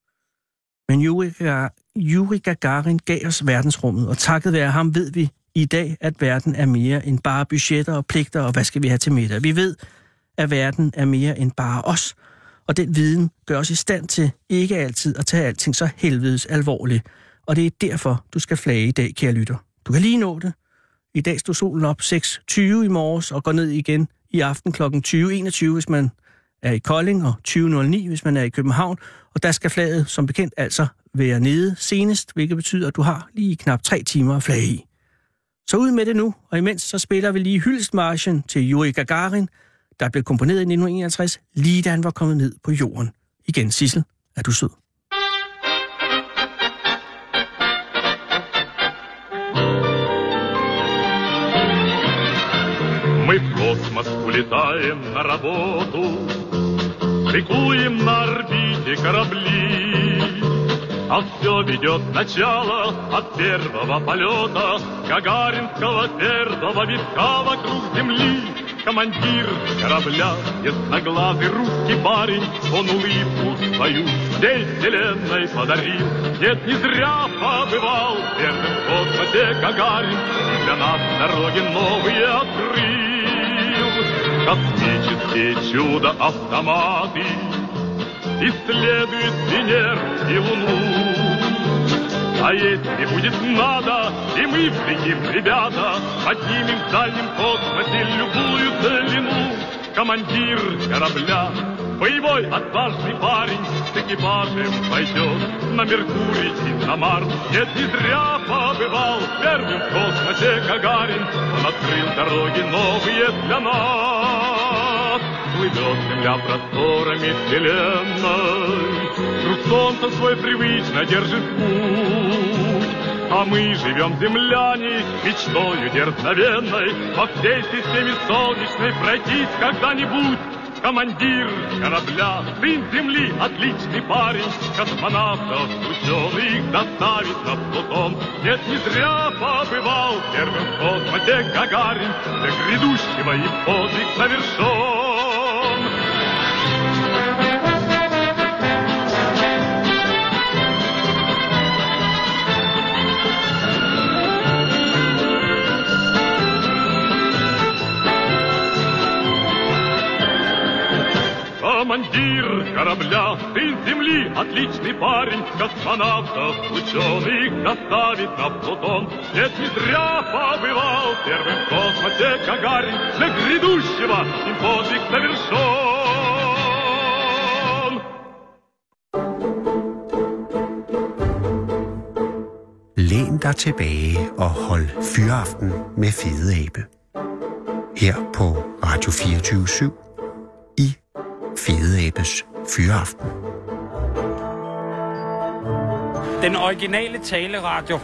Men Yuri, Yuri Gagarin gav os verdensrummet, og takket være ham ved vi i dag, at verden er mere end bare budgetter og pligter, og hvad skal vi have til middag. Vi ved, at verden er mere end bare os, og den viden gør os i stand til ikke altid at tage alting så helvedes alvorligt. Og det er derfor, du skal flage i dag, kære lytter. Du kan lige nå det. I dag stod solen op seks tyve i morges og går ned igen i aften klokken tyve enogtyve, hvis man er i Kolding, og tyve nul ni, hvis man er i København. Og der skal flaget som bekendt altså være nede senest, hvilket betyder, at du har lige knap tre timer at flage i. Så ud med det nu, og imens så spiller vi lige hyldestmarchen til Yuri Gagarin, der blev komponeret i nitten enoghalvtreds, lige da han var kommet ned på jorden. Igen, Sissel, er du sød? Мы в космос улетаем на работу, шикуем на орбите корабли, а все ведет начало от первого полета гагаринского первого витка вокруг Земли. Командир корабля, ясноглазый русский парень, он улыбку свою всей вселенной подарил. Нет, не зря побывал первым в космосе Гагарин, и для нас дороги новые открыл. Космические чудо-автоматы исследуют Венеру и Луну. А если будет надо, и мы влетим, ребята, поднимем в дальнем космосе любую длину. Командир корабля, боевой отважный парень, с экипажем пойдет на Меркурий и на Марс. Нет, не зря побывал первым в космосе Гагарин, он открыл дороги новые для нас. Плывет Земля просторами вселенной, круг солнца свой привычно держит путь. А мы живем, земляне, мечтою дерзновенной по всей системе солнечной пройтись когда-нибудь. Командир корабля, сын земли, отличный парень, космонавтов ученых доставит на Плутон. Нет, не зря побывал первым в космосе Гагарин, для грядущего и подвиг совершен. Командир корабля, ты с земли отличный парень, космонавтов, ученых доставить на Плутон. Ведь не зря побывал первым в космосе Гагарин, для грядущего им подвиг совершен. Læn dig tilbage og hold fyraften med Fede Abe. Her på Radio fireogtyve syv i Fede Abes Fyraften. Den originale taleradio.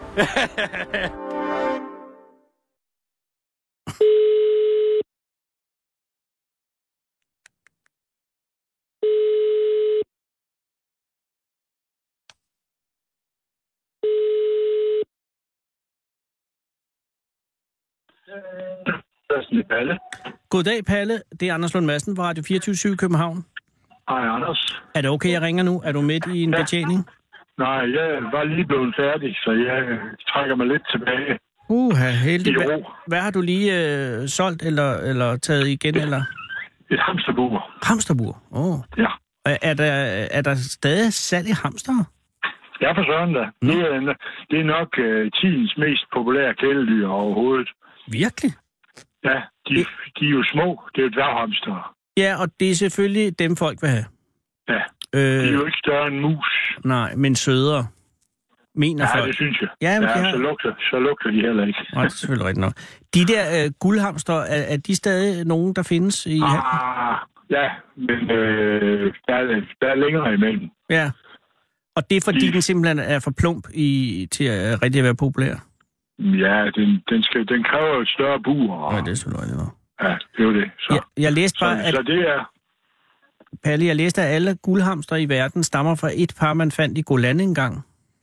Palle. Goddag, Palle. Det er Anders Lund Madsen fra Radio fireogtyve syv i København. Hej, Anders. Er det okay, jeg ringer nu? Er du midt i en ja. betjening? Nej, jeg var lige blevet færdig, så jeg trækker mig lidt tilbage. Uha, heldig. Hvad, hvad har du lige øh, solgt eller, eller taget igen? Et, eller? et hamsterbur. Hamsterbur? Åh. Oh. Ja. Er, er, der, er der stadig salg i hamster? Ja, for søren da. Mm. Det, er, det er nok uh, tidens mest populære kæledyr overhovedet. Virkelig? Ja, de, de er jo små. Det er jo dværghamster. Ja, og det er selvfølgelig dem, folk vil have. Ja, øh, de er jo ikke større end mus. Nej, men sødere. Mener ja, folk. det synes jeg. Ja, ja har... så, lugter, så lugter de heller ikke. Nej, det er selvfølgelig rigtigt nok. De der øh, guldhamster, er, er de stadig nogen, der findes i... Ah, ja, men øh, der, er, der er længere imellem. Ja, og det er fordi, de... den simpelthen er for plump i, til at rigtig være populær? Ja, den, den, skal, den kræver et større bur. Og... Ja, det er selvfølgelig rigtigt nok. Ja, det er det. Så, ja, jeg læste bare, så, at... så det er... Palle, jeg læste, at alle guldhamster i verden stammer fra et par, man fandt i Golan engang.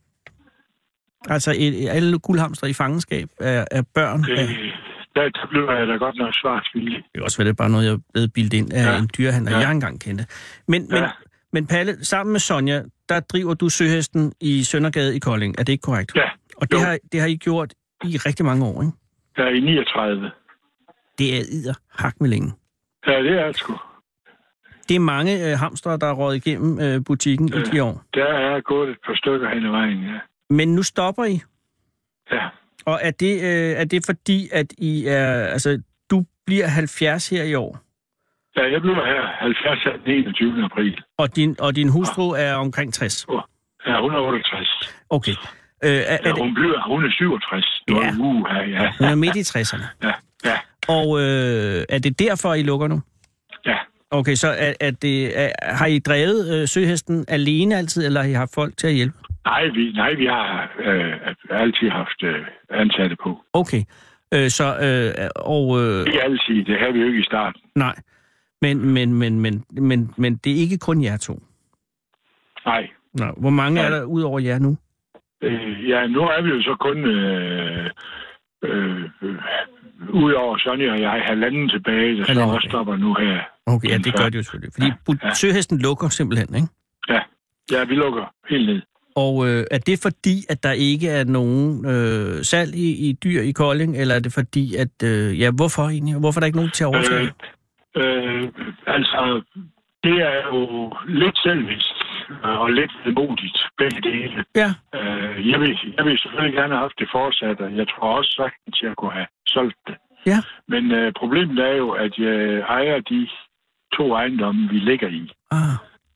Altså, et, alle guldhamster i fangenskab er, er børn. Det, af... der blev jeg da godt nok svaret vildt. Det er også vel, det er bare noget, jeg er blevet bildet ind af ja. en dyrehandler, ja. jeg engang kendte. Men, ja. men, men Palle, sammen med Sonja, der driver du Søhesten i Søndergade i Kolding. Er det ikke korrekt? Ja. Og det har, det har I gjort i rigtig mange år, ikke? Ja, i niogtredive. Det er idder hak med længe. Ja, det er det sgu. Det er mange øh, hamstere, der er røget igennem øh, butikken ja, i de år. Der er gået et par stykker hen ad vejen, ja. Men nu stopper I? Ja. Og er det, øh, er det fordi, at I er... Altså, du bliver halvfjerds her i år? Ja, jeg bliver her halvfjerds den enogtyvende april. Og din, og din hustru ja. er omkring tres? Ja, hun er otteogtres. Okay. Øh, er, ja, er det... hun bliver, hun er syvogtres. Ja. Uh, ja, ja. Hun er midt i tresserne. Ja, ja. Og øh, er det derfor, I lukker nu? Ja. Okay, så er, er det, er, har I drevet øh, Søhesten alene altid, eller har I haft folk til at hjælpe? Nej, vi, nej, vi har øh, altid haft øh, ansatte på. Okay, øh, så øh, og... Øh, ikke altid, det har vi jo ikke i starten. Nej, men, men, men, men, men, men det er ikke kun jer to? Nej. Nå, hvor mange nej. er der ud over jer nu? Øh, ja, nu er vi jo så kun... Øh, øh, øh, Udover Sonja og jeg halvanden tilbage, der så også stopper nu her. Okay, ja, det gør det jo selvfølgelig. Fordi ja, ja. Søhesten lukker simpelthen, ikke? Ja, ja vi lukker helt ned. Og øh, er det fordi, at der ikke er nogen øh, salg i, i dyr i Kolding, eller er det fordi, at... Øh, ja, hvorfor egentlig? Hvorfor er der ikke nogen til at overtage? Øh, øh, altså, det er jo lidt selvvist og lidt modigt, begge dele. Ja. Øh, jeg, vil, jeg vil selvfølgelig gerne have haft det fortsat, og jeg tror også sagtens, at jeg kunne have solgt det. Ja. Men øh, problemet er jo, at jeg ejer de to ejendomme, vi ligger i. Ah.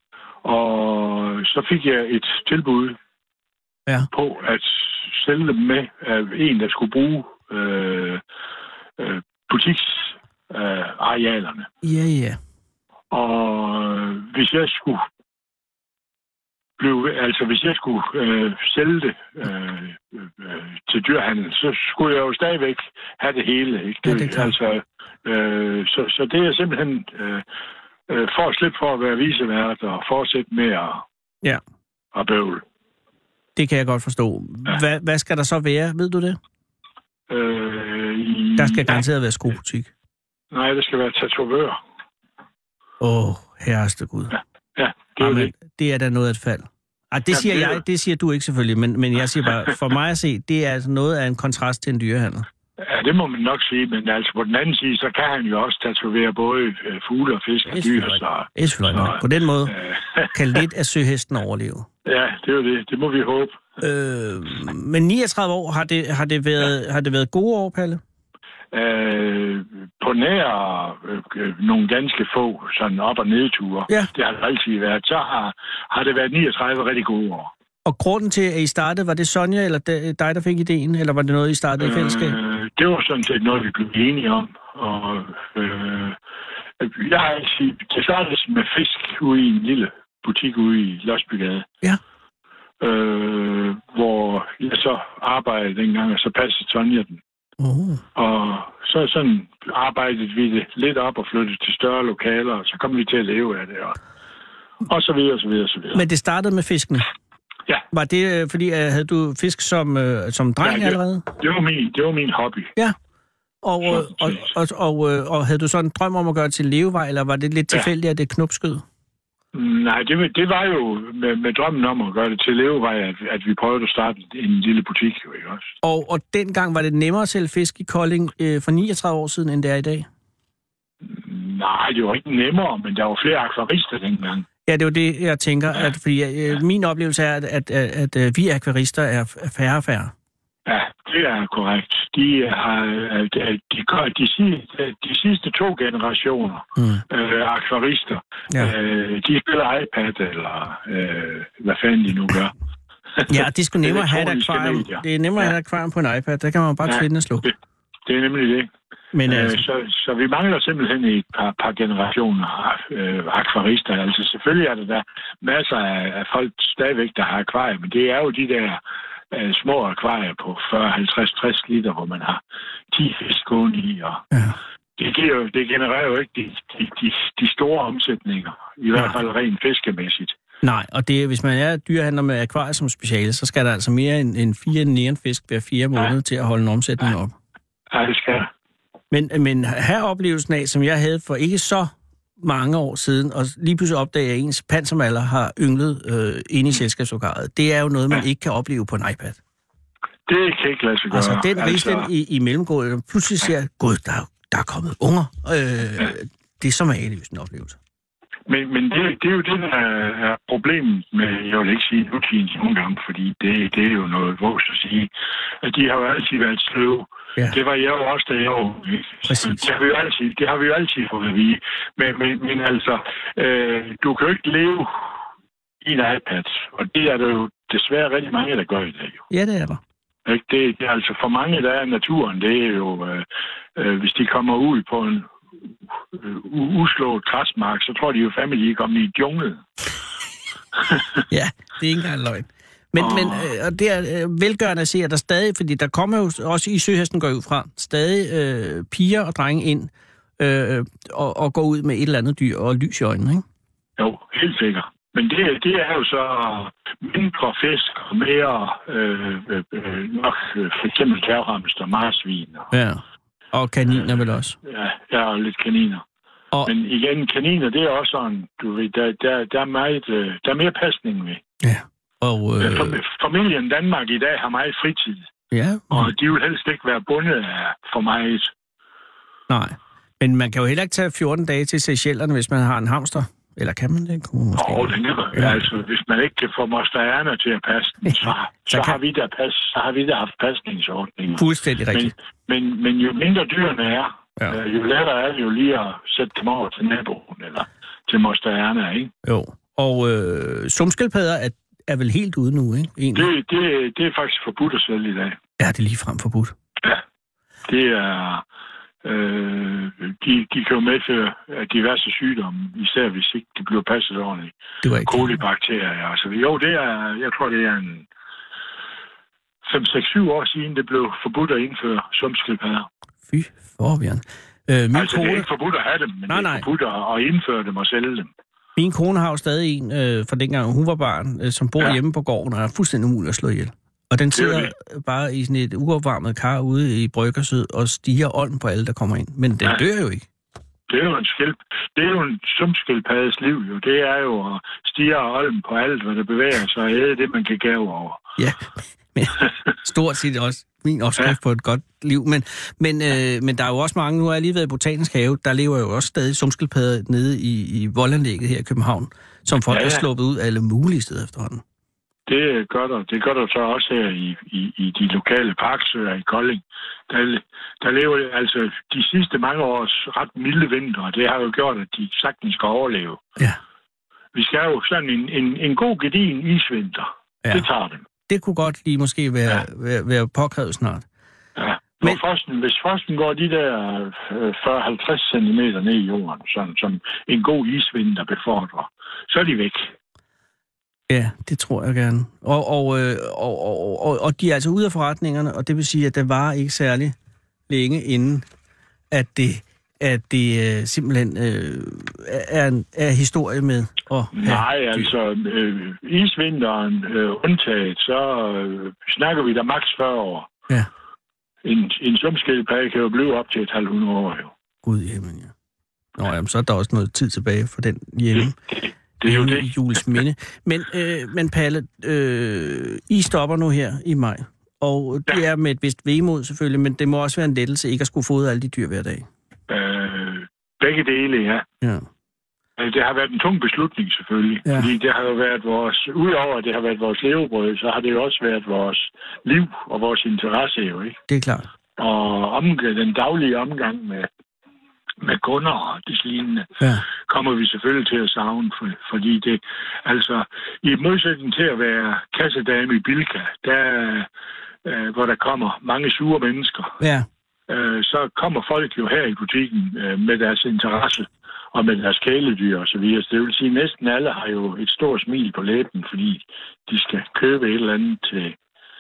Og så fik jeg et tilbud ja. på at sælge dem med af en, der skulle bruge øh, øh, butiksarealerne. Øh, ja, ja. Og hvis jeg skulle blive, altså hvis jeg skulle øh, sælge det øh, øh, til dyrhandel, så skulle jeg jo stadigvæk have det hele. Ikke? Det, ja, det er altså, øh, så, så det er simpelthen øh, øh, for at slippe for at være vicevært og fortsætte med at, ja. at bøvle. Det kan jeg godt forstå. Ja. Hvad, hvad skal der så være? Ved du det? Øh, i, der skal garanteret ja. være skobutik. Nej, der skal være tatovør. Åh, oh, herreste Gud. Ja, ja det, er Amen, det. det er da noget af et fald. Ah, det ja, siger det jeg, det siger du ikke selvfølgelig, men, men jeg siger bare, for mig at se, det er altså noget af en kontrast til en dyrehandel. Ja, det må man nok sige, men altså på den anden side, så kan han jo også tatovere både øh, fugle og fisk og dyr. Så, så, på den måde øh, kan lidt af søhesten overleve. Ja, det er jo det. Det må vi håbe. Øh, men niogtredive år, har det, har det, været, ja. har det været gode år, Palle? Øh, på nær øh, nogle ganske få sådan op- og nedture. Ja. Det har det altid været. Så har, har det været niogtredive rigtig gode år. Og grunden til, at I startede, var det Sonja eller dig, der fik ideen? Eller var det noget, I startede i fællesskab? Øh, det var sådan set noget, vi blev enige om. Og øh, jeg har altid... Det startede med fisk ude i en lille butik ude i Losbygade. Ja. Øh, hvor jeg så arbejdede dengang, og så passede Sonja den. Uh. Og så sådan arbejdede vi det lidt op og flyttede til større lokaler, og så kom vi til at leve af det. Og, og så videre, og så videre, og så videre. Men det startede med fiskene? Ja. Var det, fordi uh, havde du fisk som, uh, som dreng ja, det, allerede? Det var, min, det var min hobby. Ja. Og, så, og, og, og, og, og havde du så en drøm om at gøre det til levevej, eller var det lidt tilfældigt, ja. at det knopskød? Nej, det, det var jo med, med drømmen om at gøre det til levevej, at, at vi prøvede at starte en lille butik, jo ikke også? Og, og dengang var det nemmere at sælge fisk i Kolding øh, for niogtredive år siden, end det er i dag? Nej, det var ikke nemmere, men der var flere akvarister dengang. Ja, det er jo det, jeg tænker, ja. at fordi øh, min oplevelse er, at, at, at, at, at vi akvarister er færre og færre. Ja, det er korrekt. De har de, de, de, sidste, de sidste to generationer mm. øh, akvarister, ja. øh, de spiller iPad, eller øh, hvad fanden de nu gør. Ja, det skulle nemmere have et akvarium. Det er nemmere ja. at have et akvarium på en iPad. Der kan man bare ja, tvinde og slukke. Det, det er nemlig det. Men, øh, altså... så, så vi mangler simpelthen et par, par generationer af øh, akvarister. Altså selvfølgelig er der, der masser af, af folk stadigvæk, der har akvarier, men det er jo de der øh, små akvarier på fyrre, halvtreds, tres liter, hvor man har ti fisk gående i. Og ja. det, giver, det genererer jo ikke de, de, de, de store omsætninger, i hvert fald rent fiskemæssigt. Nej, og det, hvis man er dyrhandler med akvarier som speciale, så skal der altså mere end, end fire neonfisk hver fire måneder ja. til at holde en omsætning ja. op. Ja, det skal der. Men, men her oplevelsen af, som jeg havde for ikke så mange år siden, og lige pludselig opdager jeg, at ens pansermaler har ynglet øh, inde i selskabslokalet, det er jo noget, man ja. ikke kan opleve på en iPad. Det kan ikke lade sig gøre. Altså, den rigslen altså... i, i mellemgården, pludselig siger, gud, der, der er kommet unger. Øh, ja. Det er så mageløst en oplevelse. Men, men det, det er jo det, der er problemet med, jeg vil ikke sige nutidens ungdom, fordi det, det er jo noget vås at sige, at de har jo altid været sløve. Ja. Det var jeg jo også, da jeg var Præcis. Det har vi jo altid, det har vi jo altid fået at vide. Men, men, men altså, øh, du kan jo ikke leve i en iPad, og det er der jo desværre rigtig mange, der gør i dag. Jo. Ja, det er der. Det, det er altså for mange, der er naturen, det er jo, øh, øh, hvis de kommer ud på en øh, uslået græsmark, så tror de jo fandme, de er kommet i junglen. Ja, det er ikke engang løgn. Men, oh. men øh, det er øh, velgørende at se, at der stadig, fordi der kommer jo også i Søhesten går ud fra, stadig øh, piger og drenge ind øh, og, og går ud med et eller andet dyr og lys i øjnene, ikke? Jo, helt sikkert. Men det, det er jo så mindre fisk og mere øh, øh, nok for eksempel dværghamster, marsvin. Og, ja, og kaniner øh, vel også. Ja, ja, og lidt kaniner. Og, men igen, kaniner, det er også sådan, du ved, der, der, der, er, meget, der er mere pasning ved. Ja. Og, øh... familien Danmark i dag har meget fritid. Ja. Og de vil helst ikke være bundet af for meget. Nej. Men man kan jo heller ikke tage fjorten dage til Seychellerne, hvis man har en hamster. Eller kan man det? Åh, oh, det er ja. Altså, hvis man ikke kan få Moster Erna til at passe den, så, så, så, kan... har vi der pas, så har vi der haft pasningsordninger. Fuldstændig rigtigt. Men, men, men jo mindre dyrene er, ja. øh, jo lettere er det jo lige at sætte dem over til naboen, eller til Moster Erna, ikke? Jo. Og øh, sumskildpadder er er vel helt ude nu, ikke? Det, det, det er faktisk forbudt at sælge i dag. Ja, det er ligefrem forbudt. Ja, det er... Øh, de, de kan jo medføre diverse sygdomme, især hvis ikke de bliver passet ordentligt. Det var ikke kolibakterier og så videre. Jo, det er... Jeg tror, det er en... fem seks syv år siden, det blev forbudt at indføre sumskildpadder. Fy forbjørn. Øh, min altså, kone... det er ikke forbudt at have dem, men nej, det er nej. forbudt at indføre dem og sælge dem. Min kone har jo stadig en, øh, fra dengang hun var barn, øh, som bor ja. hjemme på gården, og er fuldstændig umulig at slå ihjel. Og den sidder det det. bare i sådan et uopvarmet kar ude i Bryggersød og stiger olden på alle, der kommer ind. Men den ja. dør jo ikke. Det er jo en skilp. Det er jo en sumskildpaddes liv, jo. Det er jo at stige olden på alt, hvad der bevæger sig, og æde det, man kan gave over. Ja, Men, stort set også min opskrift ja. på et godt liv. Men, men, øh, men der er jo også mange, nu har jeg lige været i Botanisk Have, der lever jo også stadig sumskildpadder nede i, i voldanlægget her i København, som folk ja, ja. er sluppet ud af alle mulige steder efterhånden. Det gør der. Det gør der så også her i, i, i de lokale parksøer i Kolding. Der, der lever altså de sidste mange års ret milde vinter, og det har jo gjort, at de sagtens skal overleve. Ja. Vi skal jo sådan en, en, en god gedigen isvinter. Ja. Det tager dem. Det kunne godt lige måske være, ja. være, være påkrævet snart. Ja. Men frosten, hvis frosten går de der fyrre til halvtreds centimeter ned i jorden, sådan, som en god isvinter befordrer, så er de væk. Ja, det tror jeg gerne. Og, og, og, og, og, og de er altså ude af forretningerne, og det vil sige, at det varer ikke særlig længe inden, at det, at det uh, simpelthen uh, er, er historie med. Og, Nej, ja, altså øh, isvinteren øh, undtaget, så øh, snakker vi da maks fyrre år. Ja. En, en sumskildpadde kan jo blive op til et halvt hundrede år, jo. Gud i himlen, ja. Nå, jamen, så er der også noget tid tilbage for den hjemme. Det, det er jo det. Jules minde. Men, øh, men Palle, øh, I stopper nu her i maj. Og det ja. er med et vist vemod selvfølgelig, men det må også være en lettelse ikke at skulle fodre alle de dyr hver dag. Øh, begge dele, ja. Ja. Det har været en tung beslutning selvfølgelig, ja. fordi det har jo været vores, udover at det har været vores levebrød, så har det jo også været vores liv og vores interesse jo, ikke? Det er klart. Og om, den daglige omgang med, med kunder og det lignende, ja. kommer vi selvfølgelig til at savne, for, fordi det, altså, i modsætning til at være kassedame i Bilka, der, øh, hvor der kommer mange sure mennesker, ja. øh, så kommer folk jo her i butikken øh, med deres interesse og med deres kæledyr og så videre. Så det vil sige, at næsten alle har jo et stort smil på læben, fordi de skal købe et eller andet til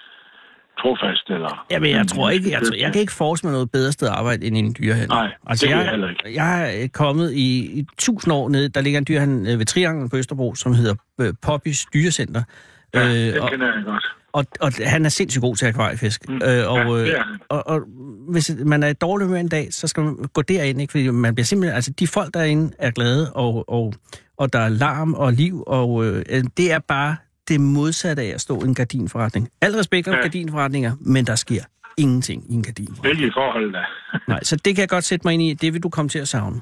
trofast eller... Jamen, jeg tror ikke... Jeg, tror, jeg kan ikke forestille mig noget bedre sted at arbejde end i en dyrehandel. Nej, altså, det kan jeg, jeg heller ikke. Jeg er kommet i, i tusind år ned. Der ligger en dyrehandel ved Trianglen på Østerbro, som hedder øh, Poppys Dyrecenter. Ja, øh, det og, kender jeg godt. Og, og han er sindssygt god til akvariefisk. Mm, øh, og, ja, det er han. Og, og hvis man er i dårlig humør en dag, så skal man gå derind, ikke? Fordi man bliver simpelthen... Altså, de folk derinde er glade, og, og, og der er larm og liv, og øh, det er bare det modsatte af at stå i en gardinforretning. Al respekt om ja. gardinforretninger, men der sker ingenting i en gardinforretning. Hvilke forhold da? Nej, så det kan jeg godt sætte mig ind i. Det vil du komme til at savne.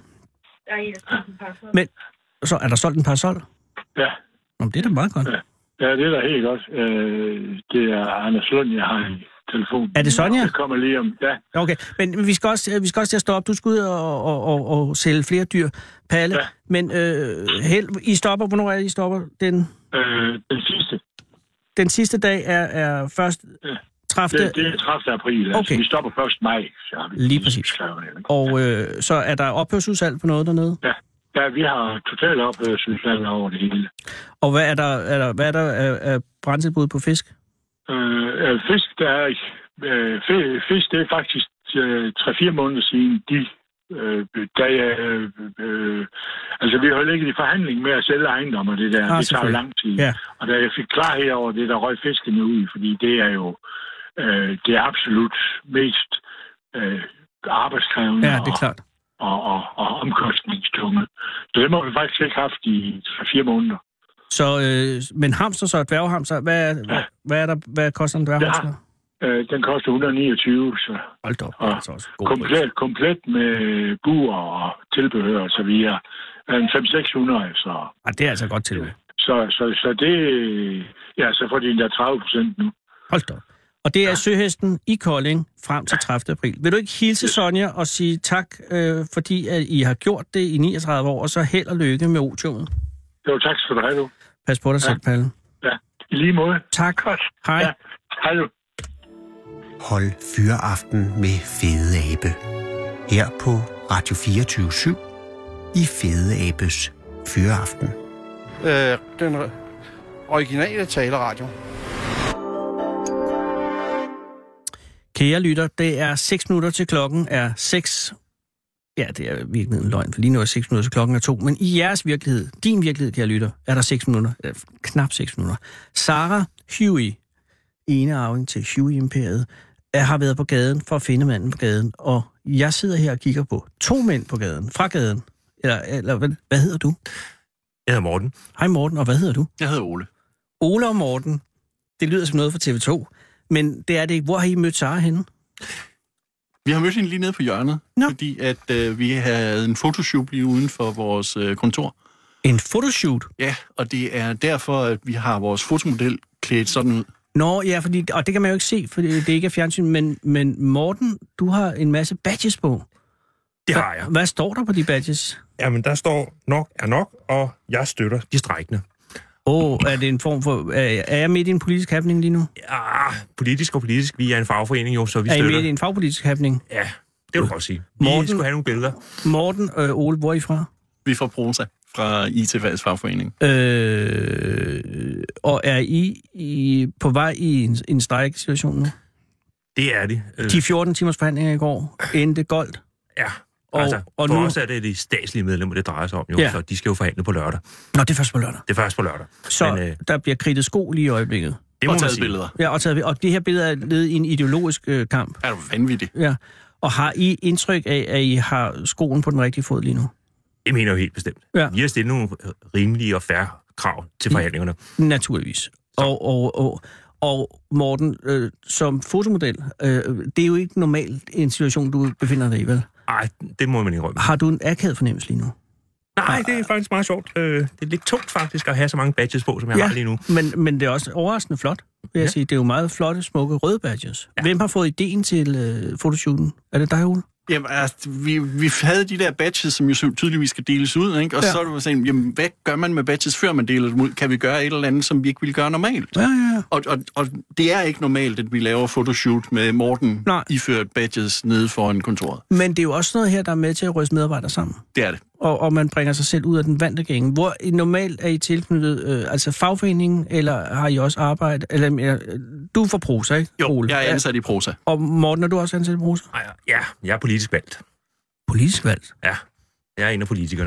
Men så er der solgt en parasol? Ja. Jamen, det er da meget godt. Ja. Ja, det er da helt godt. Øh, det er Anders Lund, jeg har i telefonen. Er det Sonja? Det kommer lige om, ja. Okay, men vi skal også, vi skal også til at stå op. Du skal ud og, og, og, og sælge flere dyr, Palle. Ja. Men øh, held, I stopper, hvornår er det, I stopper? Den, øh, den sidste. Den sidste dag er, er først... Ja. tredivte Det, det er tredivte april, okay. Altså vi stopper først maj. Så har vi lige præcis. Skrevet, og øh, så er der ophørsudsalg på noget dernede? Ja. Ja, vi har totalt ophørsudsalg over det hele. Og hvad er der, er der, hvad er der af, af brandtilbud på fisk? Øh, fisk, der er øh, fisk, det er faktisk øh, tre fire måneder siden, de, øh, da jeg, øh, øh, altså vi har ligget i forhandling med at sælge ejendommer, det der, ah, det tager jo lang tid. Ja. Og da jeg fik klarhed over det, der røg fiskene ud, fordi det er jo øh, det er absolut mest øh, arbejdskrævende. Ja, det er klart. Og, og, og omkostningstunge. Så det må vi faktisk ikke haft i tre fire måneder. Så, øh, men hamster så, dværghamster, hvad, ja. hvad, hvad, er der, hvad koster en dværghamster? Ja, øh, den koster et hundrede og niogtyve, så... Hold da op, og altså også god komplet, komplet med bur og tilbehør og så videre. En fem til seks hundrede, så... Ja, det er altså godt til. Så, så, så det... Ja, så får de der tredive procent nu. Hold da op. Og det er ja. Søhesten i Kolding frem til tredivte april. Vil du ikke hilse Sonja og sige tak, øh, fordi at I har gjort det i niogtredive år, og så held og lykke med otiumet? Jo, tak skal du have, du. Pas på dig ja. selv, Palle. Ja, i lige måde. Tak. Godt. Hej. Ja. Hej du. Hold Fyraften med Fede Abe. Her på Radio fireogtyve syv i Fede Abes Fyraften. Øh, den originale taleradio. Kære lytter, det er seks minutter til klokken er seks. Ja, det er virkelig en løgn, for lige nu er seks minutter til klokken er to. Men i jeres virkelighed, din virkelighed, kære lytter, er der seks minutter, øh, knap seks minutter. Sarah Huey, enearving til Huey-imperiet, har været på gaden for at finde manden på gaden. Og jeg sidder her og kigger på to mænd på gaden, fra gaden. Eller, eller hvad, hvad hedder du? Jeg hedder Morten. Hej Morten, og hvad hedder du? Jeg hedder Ole. Ole og Morten, det lyder som noget fra T V to. Men det er det ikke. Hvor har I mødt Sara henne? Vi har mødt hende lige nede på hjørnet, Nå. fordi at øh, vi havde en fotoshoot lige uden for vores øh, kontor. En fotoshoot? Ja, og det er derfor, at vi har vores fotomodel klædt sådan ud. Nå, ja, fordi, og det kan man jo ikke se, fordi det ikke er fjernsyn, men, men Morten, du har en masse badges på. Det har jeg. Hvad står der på de badges? Jamen, der står nok er nok, og jeg støtter de strejkende. Åh, oh, er det en form for... Er, er jeg midt i en politisk happening lige nu? Ja, politisk og politisk. Vi er en fagforening jo, så vi er støtter... Er I midt i en fagpolitisk happening? Ja, det vil du godt sige. Vi Morten, skulle have nogle billeder. Morten og øh, Ole, hvor er I fra? Vi er fra Prosa, fra I T-fags fagforening. Øh, og er I, I på vej i en, en strejkesituation nu? Det er det. De fjorten timers forhandlinger i går endte goldt. Ja, og, altså, og for nu... os er det de statslige medlemmer, det drejer sig om jo, ja. Så de skal jo forhandle på lørdag. Nå, det er først på lørdag. Det er først på lørdag. Så Men, øh, der bliver kridtet sko lige i øjeblikket. Det må og taget sige. billeder. Ja, og, taget, og det her billede er led i en ideologisk øh, kamp. Er du vanvittigt? Ja. Og har I indtryk af, at I har skoen på den rigtige fod lige nu? Det mener jeg jo helt bestemt. Ja. Vi har stillet nogle rimelige og fair krav til forhandlingerne. Naturligvis. Og, og, og, og Morten, øh, som fotomodel, øh, det er jo ikke normalt en situation, du befinder dig i, vel? Nej, det må man ikke rømme. Har du en akavet fornemmelse lige nu? Nej, det er faktisk meget sjovt. Øh, det er lidt tungt faktisk at have så mange badges på, som jeg ja, har lige nu. Men, men det er også overraskende flot, vil jeg ja. sige. Det er jo meget flotte, smukke røde badges. Ja. Hvem har fået ideen til øh, fotoshooten? Er det dig, Ole? Jamen, altså, vi, vi havde de der badges, som jo tydeligvis skal deles ud, ikke? Og ja. så er det jo sådan, jamen, hvad gør man med badges, før man deler dem ud? Kan vi gøre et eller andet, som vi ikke ville gøre normalt? Ja, ja, ja. Og, og, og det er ikke normalt, at vi laver fotoshoot med Morten Nej. iført badges nede foran kontoret. Men det er jo også noget her, der er med til at ryste medarbejdere sammen. Det er det. Og, og man bringer sig selv ud af den vante gænge. Hvor normalt er I tilknyttet, øh, altså fagforeningen, eller har I også arbejde? Eller, øh, du er fra Prosa, ikke? Jo, Ole? jeg er ansat i Prosa. Og Morten, er du også ansat i Prosa? Ja, jeg er politisk valgt. Politisk valgt? Ja, jeg er en af politikerne.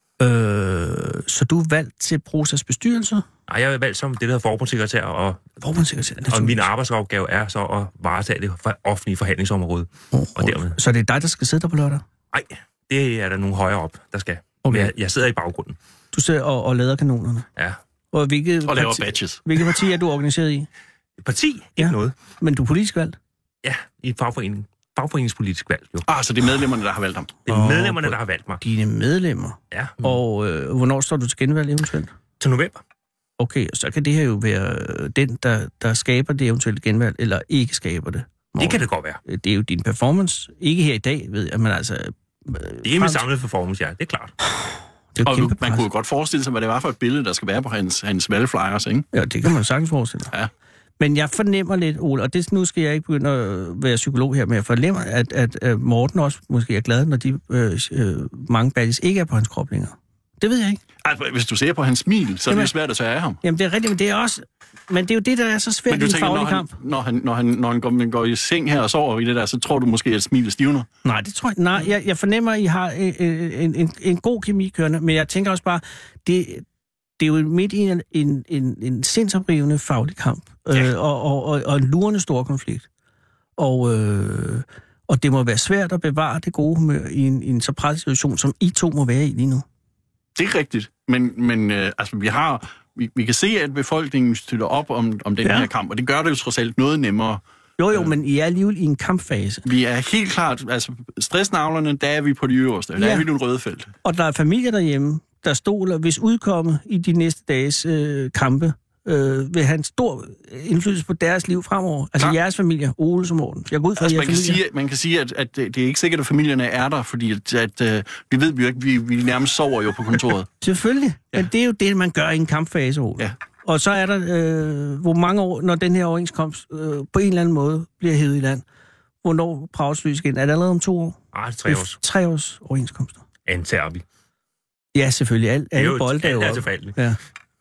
Øh, så du er valgt til Prosas bestyrelse? Nej, jeg er valgt som det, der hedder forbundssekretær, og, forbundssekretær, og min arbejdsopgave er så at varetage det for offentlige forhandlingsområde. Oh, og dermed. Så det er dig, der skal sidde der på lørdag? Nej, det er der nogle højere op, der skal. Okay. Jeg, jeg sidder i baggrunden. Du sidder og, og lader kanonerne? Ja. Og, hvilke og laver parti, badges. Hvilket parti er du organiseret i? Parti? Ikke ja. noget. Men du er politisk valgt? Ja, i et fagforening. Fagforeningspolitisk valg, jo. Ah, så det er medlemmerne, der har valgt ham? Det er medlemmerne, oh, der har valgt mig. Dine medlemmer? Ja. Mm. Og øh, hvornår står du til genvalg eventuelt? Til november. Okay, så kan det her jo være den, der, der skaber det eventuelle genvalg, eller ikke skaber det. Morgen. Det kan det godt være. Det er jo din performance. Ikke her i dag, ved jeg, men altså... Det er min samlede performance, ja. Det er klart. Det er og man pres. kunne jo godt forestille sig, hvad det var for et billede, der skal være på hans, hans valgflyers, ikke? Ja, det kan man sagtens forestille sig. Ja. Men jeg fornemmer lidt, Ole, og det, nu skal jeg ikke begynde at være psykolog her, men jeg fornemmer, at, at, at Morten også måske er glad, når de øh, øh, mange badges ikke er på hans krop længere. Det ved jeg ikke. Altså, hvis du ser på hans smil, så er det jo svært at tage af ham. Jamen, det er rigtigt, men det er også... Men det er jo det, der er så svært i en faglig kamp. Når han, når han, når han går, går i seng her og sover i det der, så tror du måske, at smilet stivner? Nej, det tror jeg... Nej, jeg, jeg fornemmer, at I har en, en, en, en god kemi kørende, men jeg tænker også bare, det, det er jo midt i en, en, en, en sindsoprivende faglig kamp, ja. øh, og, og, og, og en lurende stor konflikt. Og, øh, og det må være svært at bevare det gode humør i en, i en så presset situation, som I to må være i lige nu. Det er rigtigt, men, men øh, altså, vi har... Vi, vi kan se, at befolkningen støtter op om, om den ja. her kamp, og det gør det jo trods alt noget nemmere. Jo, jo, men I er alligevel i en kampfase. Vi er helt klart, altså stressnavlerne, der er vi på de øverste, der ja. er vi i den røde felt. Og der er familier derhjemme, der stoler, hvis udkomme i de næste dages øh, kampe, øh, vil have en stor indflydelse på deres liv fremover. Altså ja. jeres familie, Ole som Morten. Jeg går ud fra altså, jeres man, kan familie. sige, man kan sige, at, at det er ikke sikkert, at familierne er der, fordi at, at, at, vi ved vi jo ikke, vi, vi nærmest sover jo på kontoret. Selvfølgelig, ja. men det er jo det, man gør i en kampfase, Ole. Ja. Og så er der, øh, hvor mange år, når den her overenskomst øh, på en eller anden måde bliver hævet i land, hvornår prages lys igen? Er det allerede om to år? Nej, tre års. Tre års overenskomster. Antager vi. Ja, selvfølgelig. Al, alle bolde er jo op. Ja.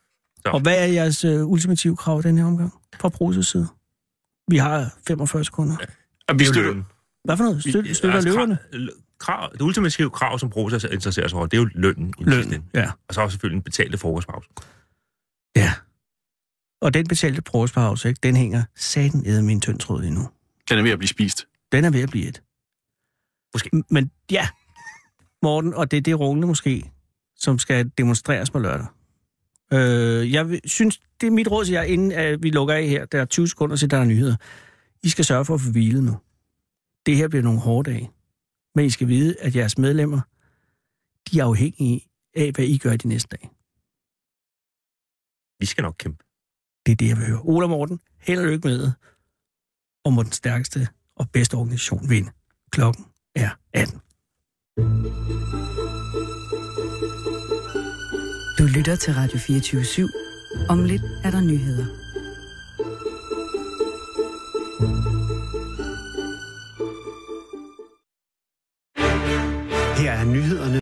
Og hvad er jeres øh, ultimative krav den her omgang fra Prosas side? Vi har femogfyrre sekunder. Ja, vi støtter. Hvad for noget? Støtter, støtter altså, løberne? Krav, det ultimative krav, som Prosa interesserer sig over, det er jo lønnen. Lønnen, ja. Og så også selvfølgelig en betalte frokostpause. Ja. Og den betalte frokostpause, ikke, den hænger satan æde min tynd tråd endnu. Den er ved at blive spist. Den er ved at blive et. Måske. Men ja, Morten, og det er det rungne måske, som skal demonstreres på lørdag. Øh, jeg synes, det er mit råd, siger jeg, inden at vi lukker af her, der er tyve sekunder til, der er nyheder. I skal sørge for at få hvilet nu. Det her bliver nogle hårde dage. Men I skal vide, at jeres medlemmer, de er afhængige af, hvad I gør de næste dage. Vi skal nok kæmpe. Det er det, jeg vil høre. Ola Morten, held og lykke med, og må den stærkeste og bedste organisation vinde. Klokken er atten. Du lytter til Radio fireogtyve syv. Om lidt er der nyheder. Her er nyhederne